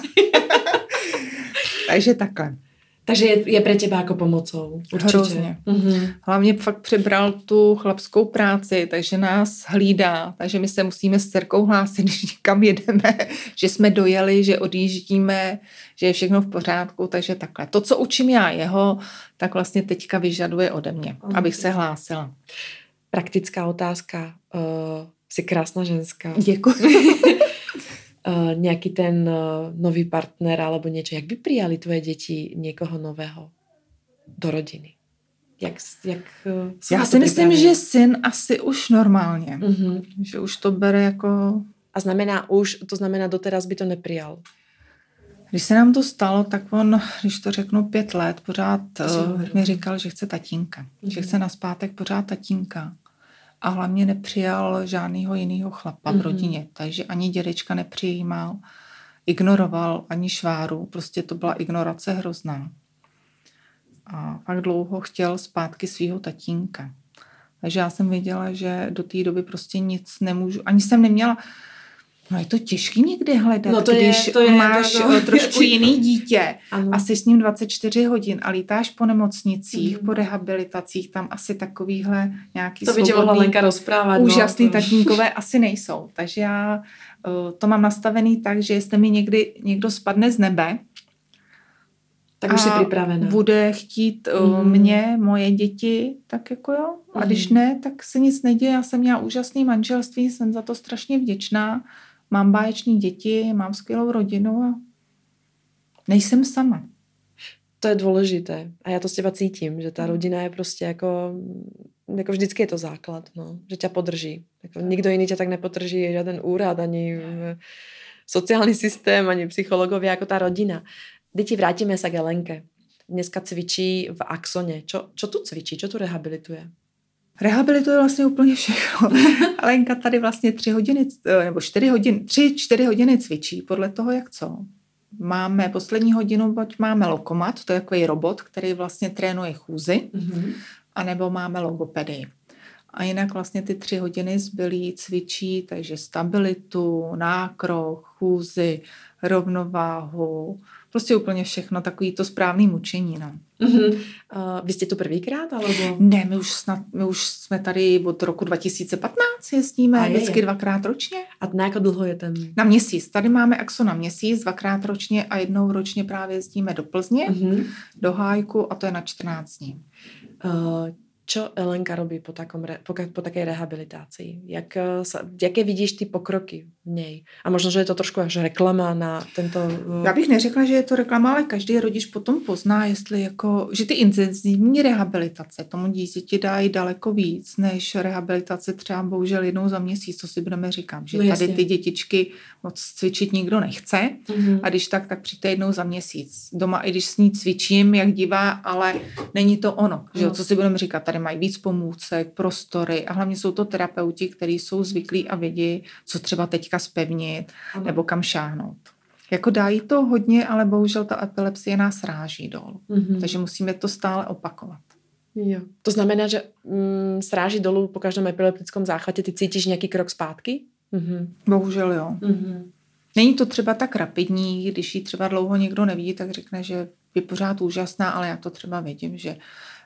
Takže takhle. Takže je pre teba jako pomocou. Určitě. Hrozně. Hlavně fakt přebral tu chlapskou práci, takže nás hlídá, takže my se musíme s dcerkou hlásit, když někam jedeme, že jsme dojeli, že odjíždíme, že je všechno v pořádku, takže takhle. To, co učím já jeho, tak vlastně teďka vyžaduje ode mě, abych se hlásila. Praktická otázka. Jsi krásná ženská. Děkuji. Nejaký ten nový partner alebo niečo. Jak by prijali tvoje deti niekoho nového do rodiny? Já si myslím, že syn asi už normálně. Že už to bere jako... A to znamená doteraz by to neprijal? Když se nám to stalo, tak on, když to řeknu 5 let, pořád mi říkal, že chce tatínka. Že chce nazpátek pořád tatínka. A hlavně nepřijal žádného jiného chlapa v rodině. Takže ani dědečka nepřijímal, ignoroval ani šváru. Prostě to byla ignorace hrozná. A pak dlouho chtěl zpátky svého tatínka. Takže já jsem věděla, že do té doby prostě nic nemůžu. Ani jsem neměla... No je to těžký někdy hledat, no když máš trošku jiný dítě a jsi s ním 24 hodin a lítáš po nemocnicích, po rehabilitacích, tam asi takovýhle nějaký to by tě mohla Lenka rozprávat. Úžasný tatínkové asi nejsou. Takže já to mám nastavený tak, že jestli mi někdy někdo spadne z nebe, tak už jsi připravená. Bude chtít mě, moje děti, tak jako jo. A když ne, tak se nic neděje. Já jsem měla úžasný manželství, jsem za to strašně vděčná. Mám báječný děti, mám skvělou rodinu a nejsem sama. To je důležité. A já to s těba cítím, že ta rodina je prostě jako jako vždycky je to základ, no, že ťa podrží. Jako nikdo jiný ťa tak nepodrží, žiaden úrad, ani sociálny systém, ani psychológovia, ako tá rodina. Deti, vrátime sa k Elenke. Dneska cvičí v Axone. Čo tu cvičí? Čo tu rehabilituje? Rehabilituje vlastně úplně všechno. Alenka tady vlastně 3 hodiny, nebo 4 hodiny, 3-4 hodiny cvičí, podle toho, jak co. Máme poslední hodinu, buď máme Lokomat, to je takový robot, který vlastně trénuje chůzi, anebo máme logopedii. A jinak vlastně ty 3 hodiny zbylý cvičí, takže stabilitu, nákrok, chůzi, rovnováhu, prostě úplně všechno, takový to správný mučení. No. Vy jste tu prvýkrát? Alebo? Ne, my už jsme tady od roku 2015 jezdíme, vždycky 2krát ročně. A na jak dlouho je ten? Na měsíc. Tady máme Axon na měsíc, 2krát ročně a jednou ročně právě jezdíme do Plzně, do Hájku a to je na 14 dní. Čo Elenka robí po takej rehabilitácii? Jaké vidíš ty pokroky v nej? A možno, že je to trošku až reklama na tento... Já bych neřekla, že je to reklama, ale každý rodič potom pozná, jestli jako, že ty intenzivní rehabilitace tomu dítěti dají daleko víc, než rehabilitace třeba bohužel jednou za měsíc, co si budeme říkat. Že no tady ty dětičky moc cvičit nikdo nechce a když tak přijďte jednou za měsíc. Doma, i když s ní cvičím, jak divá, ale není to ono. Že? Co si budeme říkat, tady mají víc pomůcek, prostory a hlavně jsou to terapeuti, kteří jsou zvyklí a vědí, co třeba teďka zpevnit nebo kam šáhnout. Jako dají to hodně, ale bohužel ta epilepsie nás sráží dolů. Takže musíme to stále opakovat. Jo. To znamená, že sráží dolů po každém epileptickom záchvatě, ty cítíš nějaký krok zpátky? Bohužel jo. Není to třeba tak rapidní, když ji třeba dlouho někdo nevidí, tak řekne, že je pořád úžasná, ale já to třeba vidím, že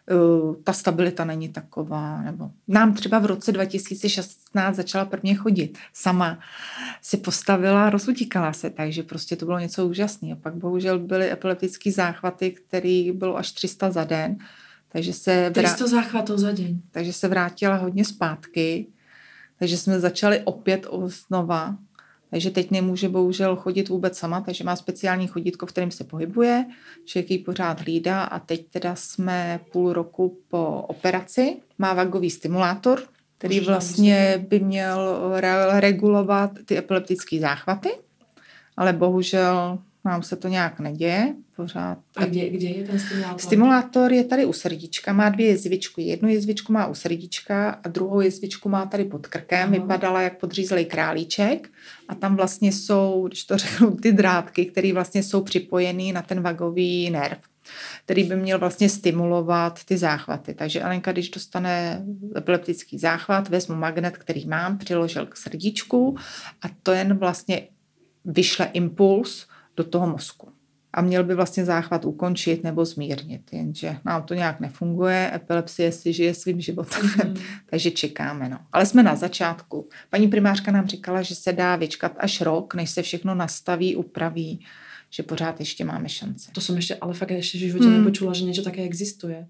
ta stabilita není taková, nebo nám třeba v roce 2016 začala prvně chodit. Sama si postavila, rozutíkala se, takže prostě to bylo něco úžasného. Pak bohužel byly epileptické záchvaty, který bylo až 300 za den. Takže se 300 záchvatů za den. Takže se vrátila hodně zpátky. Takže jsme začali opět znova. Takže teď nemůže bohužel chodit vůbec sama, takže má speciální chodítko, v kterém se pohybuje, člověk ji pořád hlídá a teď teda jsme půl roku po operaci. Má vagový stimulátor, který vlastně by měl regulovat ty epileptické záchvaty, ale bohužel nám se to nějak neděje. Pořád. A kde je ten stimulátor? Stimulátor je tady u srdíčka, má 2 jezvičky. Jednu jezvičku má u srdíčka a druhou jezvičku má tady pod krkem. Vypadala jak podřízlý králíček a tam vlastně jsou, když to řeknu, ty drátky, které vlastně jsou připojený na ten vagový nerv, který by měl vlastně stimulovat ty záchvaty. Takže Alenka, když dostane epileptický záchvat, vezmu magnet, který mám, přiložil k srdíčku a to jen vlastně vyšle impuls do toho mozku. A měl by vlastně záchvat ukončit nebo zmírnit, jenže nám to nějak nefunguje, epilepsie si žije svým životem, takže čekáme. No. Ale jsme na začátku. Paní primářka nám říkala, že se dá vyčkat až rok, než se všechno nastaví, upraví, že pořád ještě máme šance. To jsem ještě, ale fakt ještě v životě nepočula, že něco také existuje.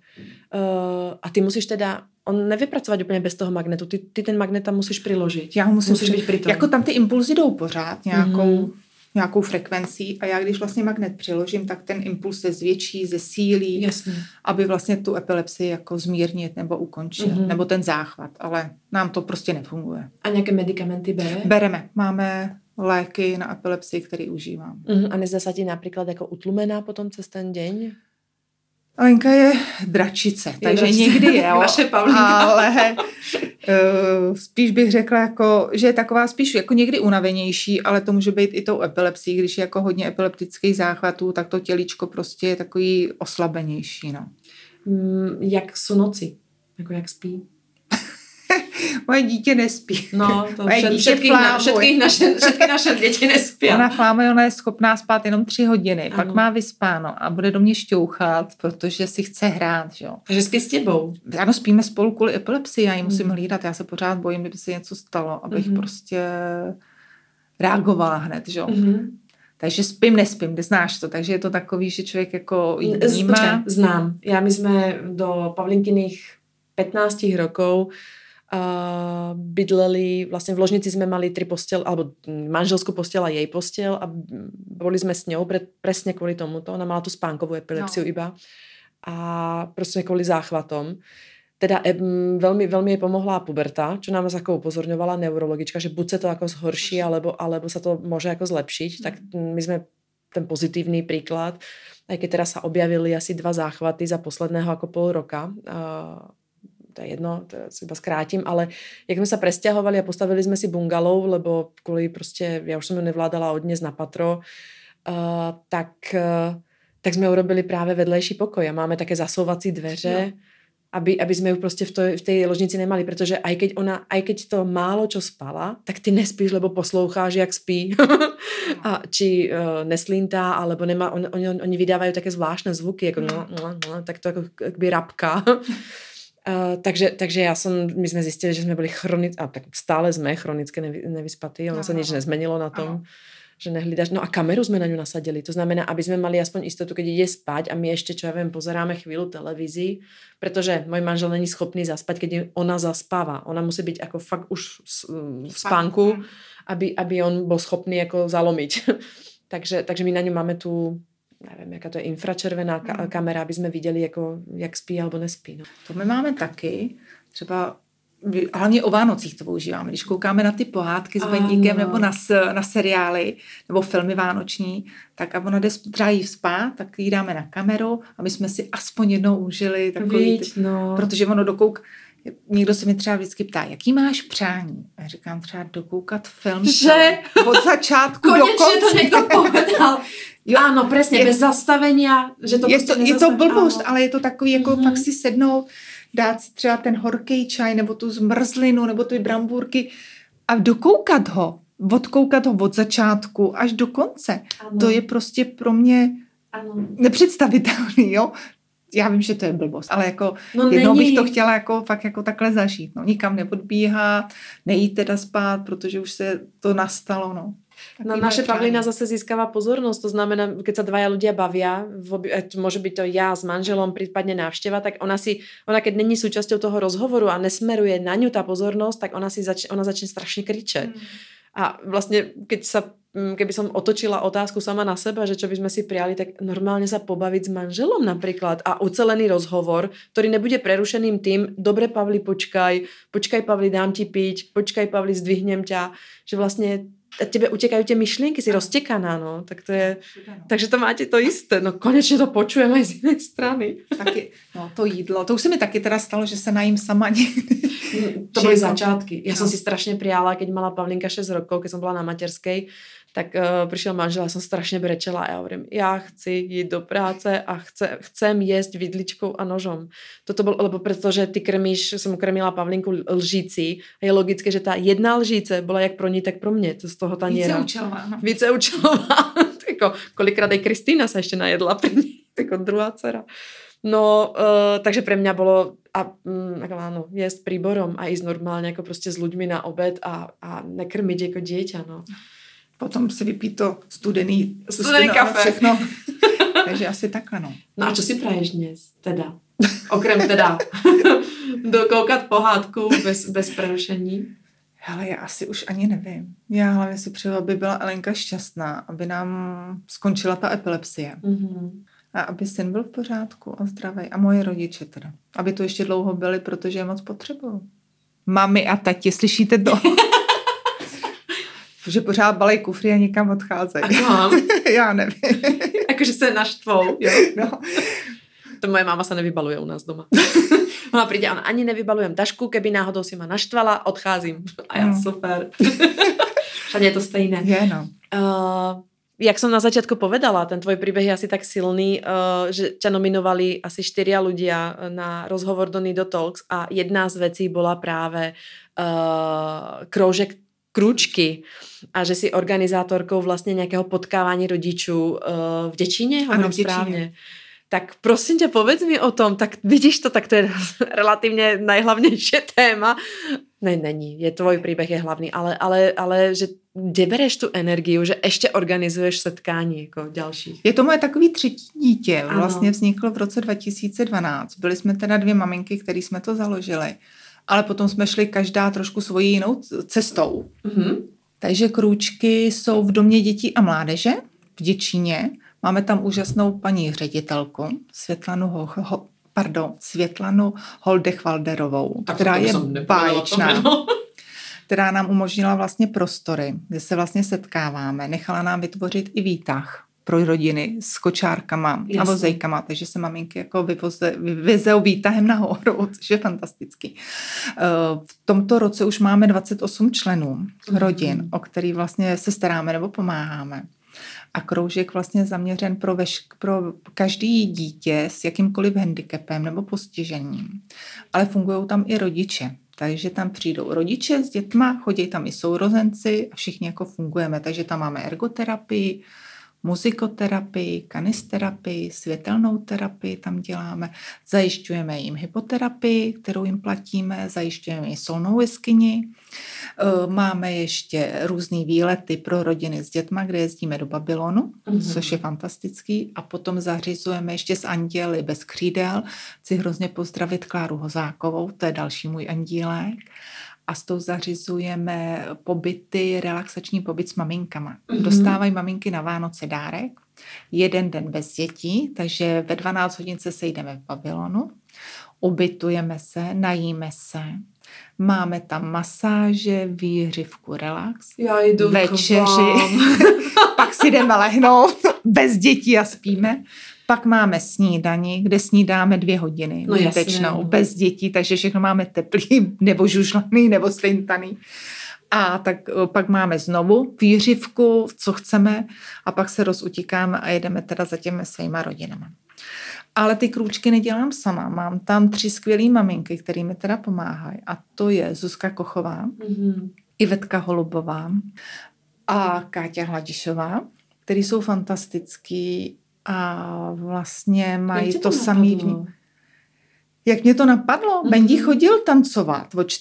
A ty musíš teda, on nevypracovat úplně bez toho magnetu, ty ten magnet tam musíš přiložit. Já ho musím být přitom. Jako tam ty impulzy jdou pořád nějakou frekvencí a já když vlastně magnet přiložím, tak ten impuls se zvětší, zesílí, aby vlastně tu epilepsii jako zmírnit nebo ukončit, nebo ten záchvat, ale nám to prostě nefunguje. A nějaké medicamenty bere? Bereme, máme léky na epilepsii, které užívám. A nezdá se ti například jako utlumená potom cez ten deň? Alenka je dračice, takže někdy je, Naše Pavlínka. Ale spíš bych řekla, jako, že je taková spíš jako někdy unavenější, ale to může být i tou epilepsií, když je jako hodně epileptických záchvatů, tak to tělíčko prostě je takový oslabenější. No. Jak jsou noci? Jako jak spí? Moje dítě nespí. No, to všetky naše děti nespí. Ona flámuje, ona je schopná spát jenom 3 hodiny, ano. Pak má vyspáno a bude do mě šťouchat, protože si chce hrát. Jo. Takže spí s těbou? Ano, spíme spolu kvůli epilepsii, já ji musím hlídat, já se pořád bojím, kdyby se něco stalo, abych prostě reagovala hned. Jo. Takže spím, nespím, znáš to, takže je to takový, že člověk jako vnímá. Počkej, znám. My jsme do Pavlinkyných 15 rokov bydleli, vlastne v ložnici sme mali 3 postel, alebo manželskú postel a jej postel a boli sme s ňou presne kvôli tomuto. Ona mala tú spánkovú epilepsiu iba a proste kvôli záchvatom. teda veľmi, veľmi jej pomohla puberta, čo nám ako upozorňovala neurologička, že buď sa to ako zhorší, alebo sa to môže ako zlepšiť. Tak my sme ten pozitívny príklad, aj keď teraz sa objavili asi 2 záchvaty za posledného ako pol roka, to je jedno, to si iba skrátim, ale jak sme sa presťahovali a postavili sme si bungalov, lebo kvôli proste, ja už som ju nevládala odniesť na patro, tak sme urobili práve vedlejší pokoj a máme také zasouvací dveře, aby sme ju proste v tej ložnici nemali, pretože aj keď to málo čo spala, tak ty nespíš, lebo posloucháš, jak spí. A či neslintá, alebo nemá, oni vydávajú také zvláštne zvuky, ako tak to ako by rabka. Takže my sme zistili, že sme boli a tak stále sme chronicky nevyspatí, ono sa nič nezmenilo na tom. Že nehlídaš. No a kameru sme na ňu nasadili. To znamená, aby sme mali aspoň istotu, keď ide spať a my ešte, čo ja viem, pozeráme chvíľu televízii, pretože môj manžel není schopný zaspať, keď ona zaspáva. Ona musí byť ako fakt už v spánku, aby on bol schopný ako zalomiť. takže my na ňu máme tu, neviem, jaká to je infračervená kamera, aby sme videli, ako, jak spí alebo nespí. No. To my máme taky. Třeba hlavně o Vánocích to používáme. Když koukáme na ty pohádky s Bedíkem nebo na seriály nebo filmy vánoční, tak a ona jde třeba jí spát, tak ji dáme na kameru, aby jsme si aspoň jednou užili takový, protože ono někdo se mi třeba vždycky ptá, jaký máš přání? A já říkám třeba dokoukat film od začátku do konce. Konečně to někdo povedal. Áno, presne, bez zastavenia. Že to je to blbost, ale je to takový, jako fakt si sednout, dát si třeba ten horký čaj, nebo tu zmrzlinu, nebo ty brambůrky a dokoukat ho, odkoukat ho od začátku až do konce. Ano. To je prostě pro mě nepředstavitelný, jo. Já vím, že to je blbost, ale jako jednou bych to chtěla jako fakt jako takhle zažít. No, nikam nepodbíhat, nejít teda spát, protože už se to nastalo, no. No naše Pavlína zase získava pozornosť, to znamená, keď sa dvaja ľudia bavia, môže byť to ja s manželom, prípadne návšteva, tak ona keď není súčasťou toho rozhovoru a nesmeruje na ňu tá pozornosť, tak ona začne strašne kričať. A vlastne, keby som otočila otázku sama na seba, že čo by sme si prijali, tak normálne sa pobaviť s manželom napríklad a ucelený rozhovor, ktorý nebude prerušeným tým, dobre Pavli, počkaj Pavli, dám ti piť, počkaj Pavli, zdvihnem ťa, že vlastne a tebe utekajú tie myšlienky, si roztekaná, no. Tak to je, takže to máte to isté. No konečne to počujem aj z inej strany. Taky, no to jídlo, to už se mi taky teda stalo, že se najím sama někdy. To byly začátky. Ja som si strašne prijala, keď mala Pavlinka 6 rokov, keď som bola na materskej, tak prišiel manžel a som strašne brečela a ja hovorím, ja chci ísť do práce a chcem jesť vidličkou a nožom. Toto bolo, lebo pretože ty som krmila Pavlinku lžící a je logické, že tá jedna lžíce bola jak pro ní, tak pro mne. To z toho taniera. Víceúčelová. Kolikrát aj Kristýna sa ešte najedla pri ní, tako druhá dcera. No, takže pre mňa bolo áno, jesť príborom a ísť normálne ako proste s ľuďmi na obed a nekrmiť ako dieťa, no. Potom si vypít to studený kafe. Všechno. Takže asi takhle, no. No a čo si praješ dnes? Teda. Okrem teda dokoukat pohádku bez prerušení. Hele, já asi už ani nevím. Já hlavně si přeju, aby byla Elenka šťastná, aby nám skončila ta epilepsie. Mm-hmm. A aby syn byl v pořádku a zdravý. A moje rodiče teda. Aby to ještě dlouho byli, protože je moc potřebuju. Mami a tati, slyšíte to? Že pořád balej kufry a nikam odcházejí. Já nevím. Akože se naštvou. Jo? No. To moje máma sa nevybaluje u nás doma. Ona príde, ona ani nevybalujem tašku, keby náhodou si ma naštvala, odcházím. A ja super. Všade je to stejné. Je, no. Jak som na začiatku povedala, ten tvoj príbeh je asi tak silný, že ťa nominovali asi 4 ľudia na rozhovor do Nido Talks a jedna z vecí bola práve kroužek Krúčky a že si organizátorkou vlastne nejakého potkávania rodičů v Děčíně, hovorím správne. Tak prosím ťa, povedz mi o tom, tak vidíš to, tak to je relatívne najhlavnejšie téma. Není, tvoj príbeh je hlavný, ale že kde bereš tu energiu, že ešte organizuješ setkání jako další? Je to moje takový třetí dítě, vlastně vzniklo v roce 2012. Byli jsme teda 2 maminky, který jsme to založili. Ale potom jsme šli každá trošku svojí jinou cestou. Mm-hmm. Takže Krůčky jsou v Domě dětí a mládeže v Děčíně. Máme tam úžasnou paní ředitelku, Světlanu Světlanu Holdechwalderovou, která je báječná, která nám umožnila vlastně prostory, kde se vlastně setkáváme. Nechala nám vytvořit i výtah pro rodiny s kočárkama a vozejkama, takže se maminky jako vyvezou výtahem nahoru, což je fantastický. V tomto roce už máme 28 členů rodin, o který vlastně se staráme nebo pomáháme. A kroužek vlastně zaměřen pro každý dítě s jakýmkoliv handicapem nebo postižením. Ale fungují tam i rodiče. Takže tam přijdou rodiče s dětma, chodí tam i sourozenci a všichni jako fungujeme. Takže tam máme ergoterapii, muzikoterapii, kanisterapii, světelnou terapii tam děláme, zajišťujeme jim hypoterapii, kterou jim platíme, zajišťujeme jim solnou jeskyni, máme ještě různý výlety pro rodiny s dětma, kde jezdíme do Babylonu, což je fantastický, a potom zařizujeme ještě s anděli bez křídel, chci hrozně pozdravit Kláru Hozákovou, to je další můj andílek, a s tou zařizujeme pobyty, relaxační pobyt s maminkama. Dostávají maminky na Vánoce dárek, 1 den bez dětí, takže ve 12 hodin se sejdeme v Babylonu, ubytujeme se, najíme se, máme tam masáže, výhřivku, relax, večeři, pak si jdeme lehnout bez dětí a spíme. Pak máme snídani, kde snídáme 2 hodiny, výtečnou, bez dětí, takže všechno máme teplý, nebo žužlaný, nebo slintaný. A tak pak máme znovu výřivku, co chceme, a pak se rozutíkáme a jedeme teda za těmi svýma rodinama. Ale ty krůčky nedělám sama. Mám tam 3 skvělý maminky, který mi teda pomáhají. A to je Zuzka Kochová, Ivetka Holubová a Káťa Hladišová, který jsou fantastický a vlastně mají to samý v ní. Jak mě to napadlo? Bendy chodil tancovat od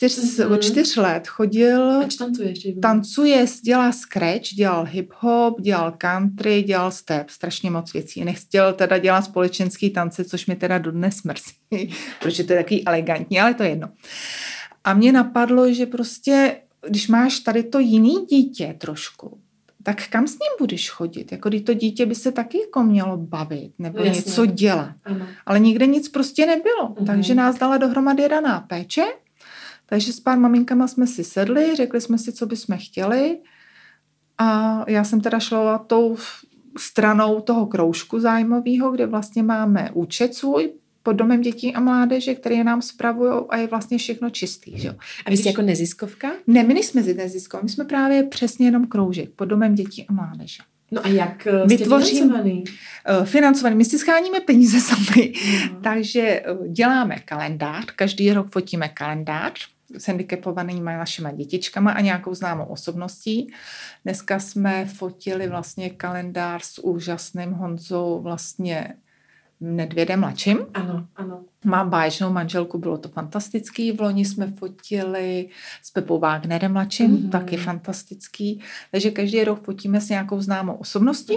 4 let. Chodil, tancuje, dělá scratch, dělal hip-hop, dělal country, dělal step, strašně moc věcí. Nechtěl teda dělat společenský tance, což mi teda dodnes mrzí, protože to je takový elegantní, ale to je jedno. A mě napadlo, že prostě, když máš tady to jiný dítě trošku, tak kam s ním budeš chodit? Jako když to dítě by se taky jako mělo bavit nebo něco dělat. Ano. Ale nikde nic prostě nebylo. Takže nás dala dohromady raná péče. Takže s pár maminkama jsme si sedli, řekli jsme si, co bychom chtěli. A já jsem teda šla tou stranou toho kroužku zájmového, kde vlastně máme účet svůj pod Domem dětí a mládeže, který nám spravují, a je vlastně všechno čistý. Že? A vy jste jako neziskovka? Ne, my nejsme neziskovka, my jsme právě přesně jenom kroužek pod Domem dětí a mládeže. No a jak jste financovaný? Financovaný. My si scháníme peníze sami, takže děláme kalendář, každý rok fotíme kalendář s handicapovanými našimi dětičkama a nějakou známou osobností. Dneska jsme fotili vlastně kalendář s úžasným Honzou vlastně Nedvědem mladším. Ano, ano. Mám báječnou manželku, bylo to fantastický. V loni jsme fotili s Pepou Wagnerem mladším, taky fantastický. Takže každý rok fotíme s nějakou známou osobností.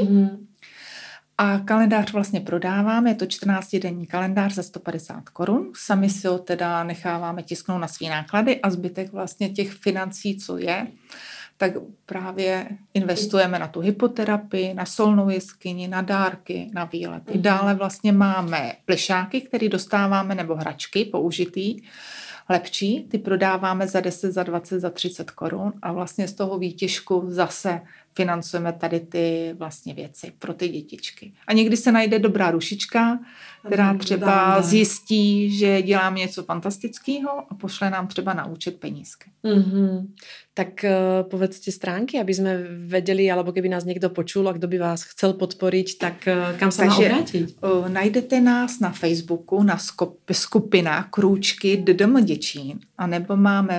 A kalendář vlastně prodáváme, je to 14denní kalendář za 150 korun. Sami si ho teda necháváme tisknout na svý náklady a zbytek vlastně těch financí, co je, tak právě investujeme na tu hypoterapii, na solnou jeskyni, na dárky, na výlety. Dále vlastně máme plešáky, které dostáváme, nebo hračky použitý, lepší, ty prodáváme za 10, za 20, za 30 korun a vlastně z toho výtěžku zase financujeme tady ty vlastně věci pro ty dětičky. A někdy se najde dobrá rušička, která třeba zjistí, že děláme něco fantastického a pošle nám třeba na účet penízky. Tak povedzte stránky, aby sme vedeli, alebo keby nás niekto počul a kdo by vás chcel podporiť, tak kam sa má obrátiť? Najdete nás na Facebooku, na skupinách Krůčky DDM Děčín, anebo máme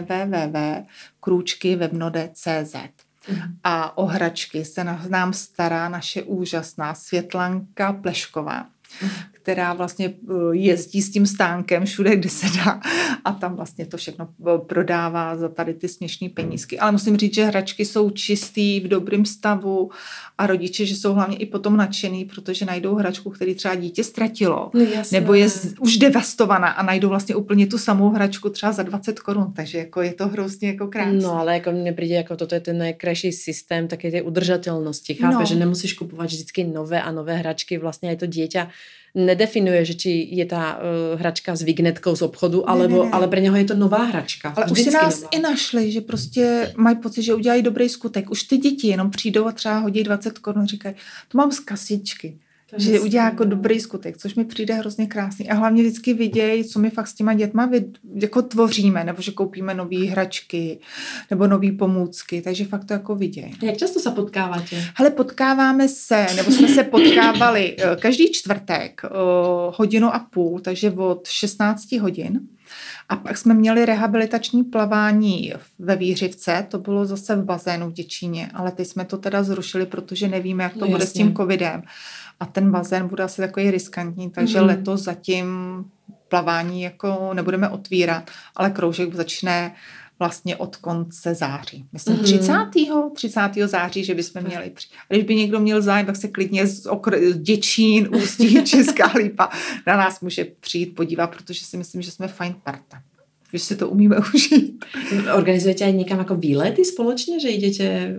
www.krůčkyvebnode.cz. A o hračky se nám stará naše úžasná Světlanka Plešková, která vlastně jezdí s tím stánkem všude, kde se dá a tam vlastně to všechno prodává za tady ty směšný penízky. Ale musím říct, že hračky jsou čistý, v dobrém stavu a rodiče, že jsou hlavně i potom nadšený, protože najdou hračku, který třeba dítě ztratilo, nebo je už devastovaná a najdou vlastně úplně tu samou hračku třeba za 20 korun, takže jako je to hrozně jako krásné. No ale jako mne príde, jako toto je ten najkrajší systém také tej udržateľnosti, chápe, že nemusíš kupovat vždycky nové a nové hračky, vlastně aj to dieťa nedefinuje, že či je ta hračka s vignetkou z obchodu, ale pre něho je to nová hračka. Ale už si nás i našli, že prostě mají pocit, že udělají dobrý skutek. Už ty děti jenom přijdou a třeba hodí 20 korun, říkají, to mám z kasičky. Že udělá jako dobrý skutek, což mi přijde hrozně krásný. A hlavně vždycky vidějí, co my fakt s těma dětma jako tvoříme, nebo že koupíme nový hračky, nebo nový pomůcky, takže fakt to jako vidějí. Jak často se potkáváte? Hele, potkáváme se, nebo jsme se potkávali každý čtvrtek 1,5 hodiny, takže od 16 hodin. A pak jsme měli rehabilitační plavání ve Vířivce, to bylo zase v bazénu v Děčíně, ale teď jsme to teda zrušili, protože nevíme, jak to bude s tím covidem. A ten bazén bude asi takový riskantní, takže letos zatím plavání jako nebudeme otvírat, ale kroužek začne vlastně od konce září. Myslím 30. září, že bychom měli přijít. A když by někdo měl zájem, tak se klidně z Děčín, Ústí, Česká Lípa na nás může přijít podívat, protože si myslím, že jsme fajn parta. Že si to umíme užít. Organizujete aj někam jako výlety společně, že jdete...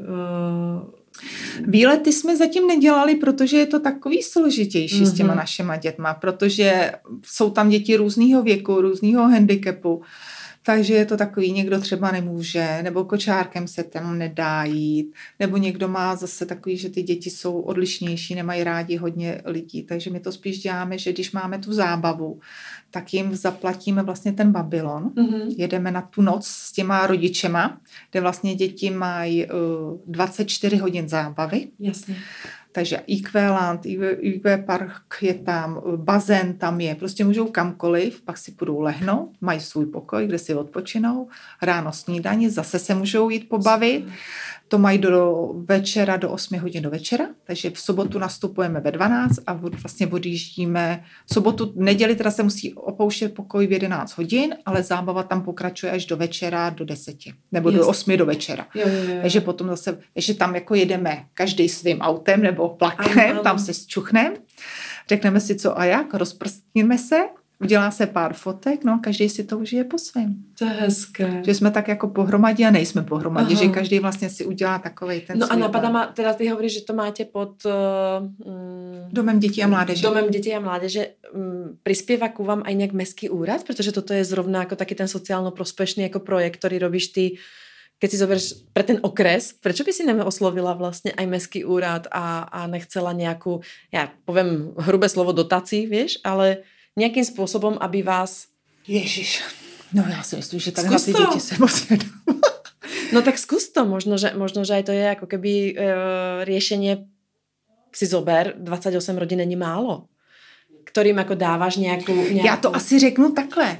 Výlety jsme zatím nedělali, protože je to takový složitější s těma našima dětma, protože jsou tam děti různýho věku, různýho handicapu, takže je to takový, někdo třeba nemůže, nebo kočárkem se tam nedá jít, nebo někdo má zase takový, že ty děti jsou odlišnější, nemají rádi hodně lidí, takže my to spíš děláme, že když máme tu zábavu, tak jim zaplatíme vlastně ten Babylon. Jedeme na tu noc s těma rodičema, kde vlastně děti mají 24 hodin zábavy. Jasně. Takže IQ Land, IQ Park je tam, bazén tam je, prostě můžou kamkoliv, pak si půjdou lehnout, mají svůj pokoj, kde si odpočinou, ráno snídaní, zase se můžou jít pobavit, to mají do večera, do 8 hodin do večera, takže v sobotu nastupujeme ve 12 a vlastně odjíždíme, v sobotu, neděli teda se musí opouštět pokoj v 11 hodin, ale zábava tam pokračuje až do večera do 10, nebo do 8 do večera. Jo. Takže potom zase, že tam jako jedeme každý svým autem nebo vlakem, tam se zčuchneme, řekneme si co a jak, rozprstíme se, udělá se pár fotek, no a každý si to užije po svém. To je hezké. Že jsme tak jako pohromadě a nejsme pohromadě, že každý vlastně si udělá takovej ten No a napadá ma, teda ty hovoríš, že to máte pod... Domem dětí a mládeže. Domem dětí a mládeže. Prispieva ku vám aj nejak mestský úrad? Protože toto je zrovna jako taky ten sociálno-prospešný jako projekt, ktorý robíš ty, keď si zoberieš pre ten okres. Prečo by si neoslovila vlastně aj mestský úrad a nechcela nějakou, já poviem hrubé slovo dotací, vieš, ale nějakým způsobem, aby vás... Ježiš, no já si myslím, že tak na ty děti se moc nedá. No tak zkus to, možno, že aj to je jako keby riešenie, si zober, 28 rodin není málo, kterým jako dáváš nějakou... Já to asi řeknu takhle.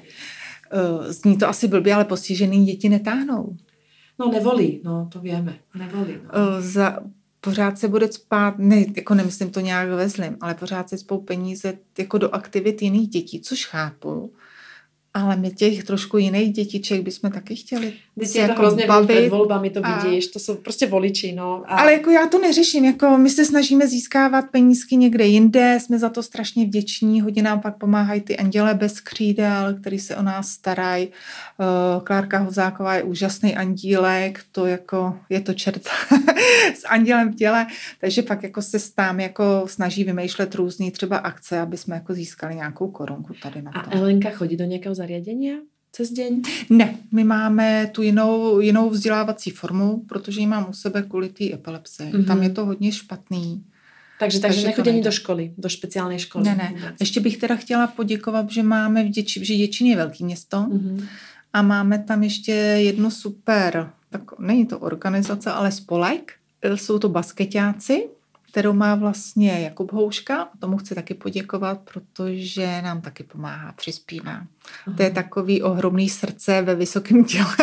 Zní to asi blbě, ale postižený děti netáhnou. No nevolí, no to víme, nevolí. No. Pořád se bude spát, ne, jako nemyslím to nějak ve zlým, ale pořád se spou peníze jako do aktivit jiných dětí, což chápu. Ale my těch trošku jiných dětiček bychom taky chtěli. Děti je to hrozně bavit. Před volbami to vidíš, to jsou prostě voliči. No. Ale jako já to neřeším, jako my se snažíme získávat penízky někde jinde, jsme za to strašně vděční, hodně nám pak pomáhají ty anděle bez křídel, který se o nás starají. Klárka Hozáková je úžasný andílek, to jako je to čert s andělem v těle, takže pak jako se tam jako snaží vymýšlet různý třeba akce, aby jsme jako získali nějakou korunku tady na to. A Elenka chodí do nějakého zariadenia cez deň? Ne, my máme tu jinou vzdělávací formu, protože ji mám u sebe kvůli té epilepsii. Tam je to hodně špatný. Takže nechodí ani do školy, do speciální školy. Ne. Ještě bych teda chtěla poděkovat, že máme že Děčín je velký město a máme tam ještě jednu super, tak není to organizace, ale spolek. Jsou to basketáci, kterou má vlastně Jakub Houška. Tomu chci taky poděkovat, protože nám taky pomáhá, přispívá. To je takový ohromný srdce ve vysokém těle.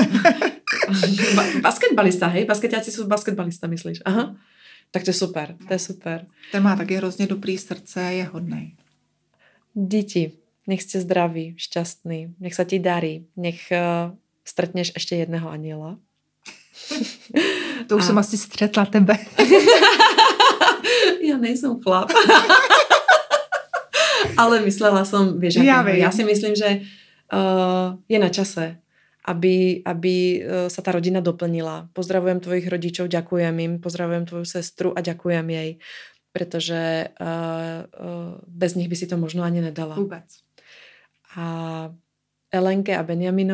Basketbalista, hej? Basketáci jsou basketbalista, myslíš? Aha. Tak to je super, to je super. Ten má taky hrozně dobrý srdce, je hodnej. Děti, nech ste zdraví, šťastný, nech sa ti darí, nech stretneš ještě jedného aniela. To už jsem asi střetla tebe. Ja nejsem chlap. Ale myslela som, vieš, ja si myslím, že je na čase, aby sa tá rodina doplnila. Pozdravujem tvojich rodičov, ďakujem im, pozdravujem tvoju sestru a ďakujem jej. pretože bez nich by si to možno ani nedala. Vůbec. A Elenke a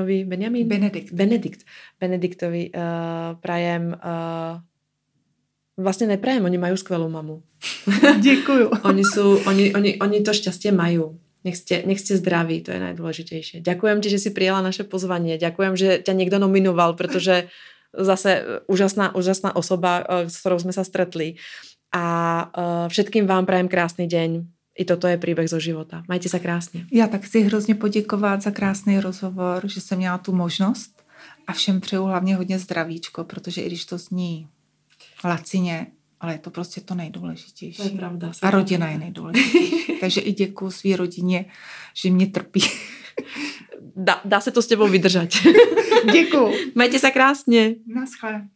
Benediktovi prajem, vlastně neprajem, oni majú skvelú mamu. Děkuju. Oni to šťastie majú. Nech ste zdraví, to je najdôležitejšie. Ďakujem ti, že si prijala naše pozvanie. Ďakujem, že ťa niekto nominoval, pretože zase úžasná osoba, s ktorou sme sa stretli. A všetkým vám prajem krásny deň. I toto je príbeh zo života. Majte sa krásně. Já tak chci hrozně poděkovat za krásný rozhovor, že jsem měla tu možnost a všem přeju hlavně hodně zdravíčko, protože i když to zní lacině, ale je to prostě to nejdůležitější. To je pravda. A rodina je nejdůležitější. Takže i děkuju svý rodině, že mě trpí. Dá se to s tebou vydržať. Děkuju. Majte sa krásně. Naschle.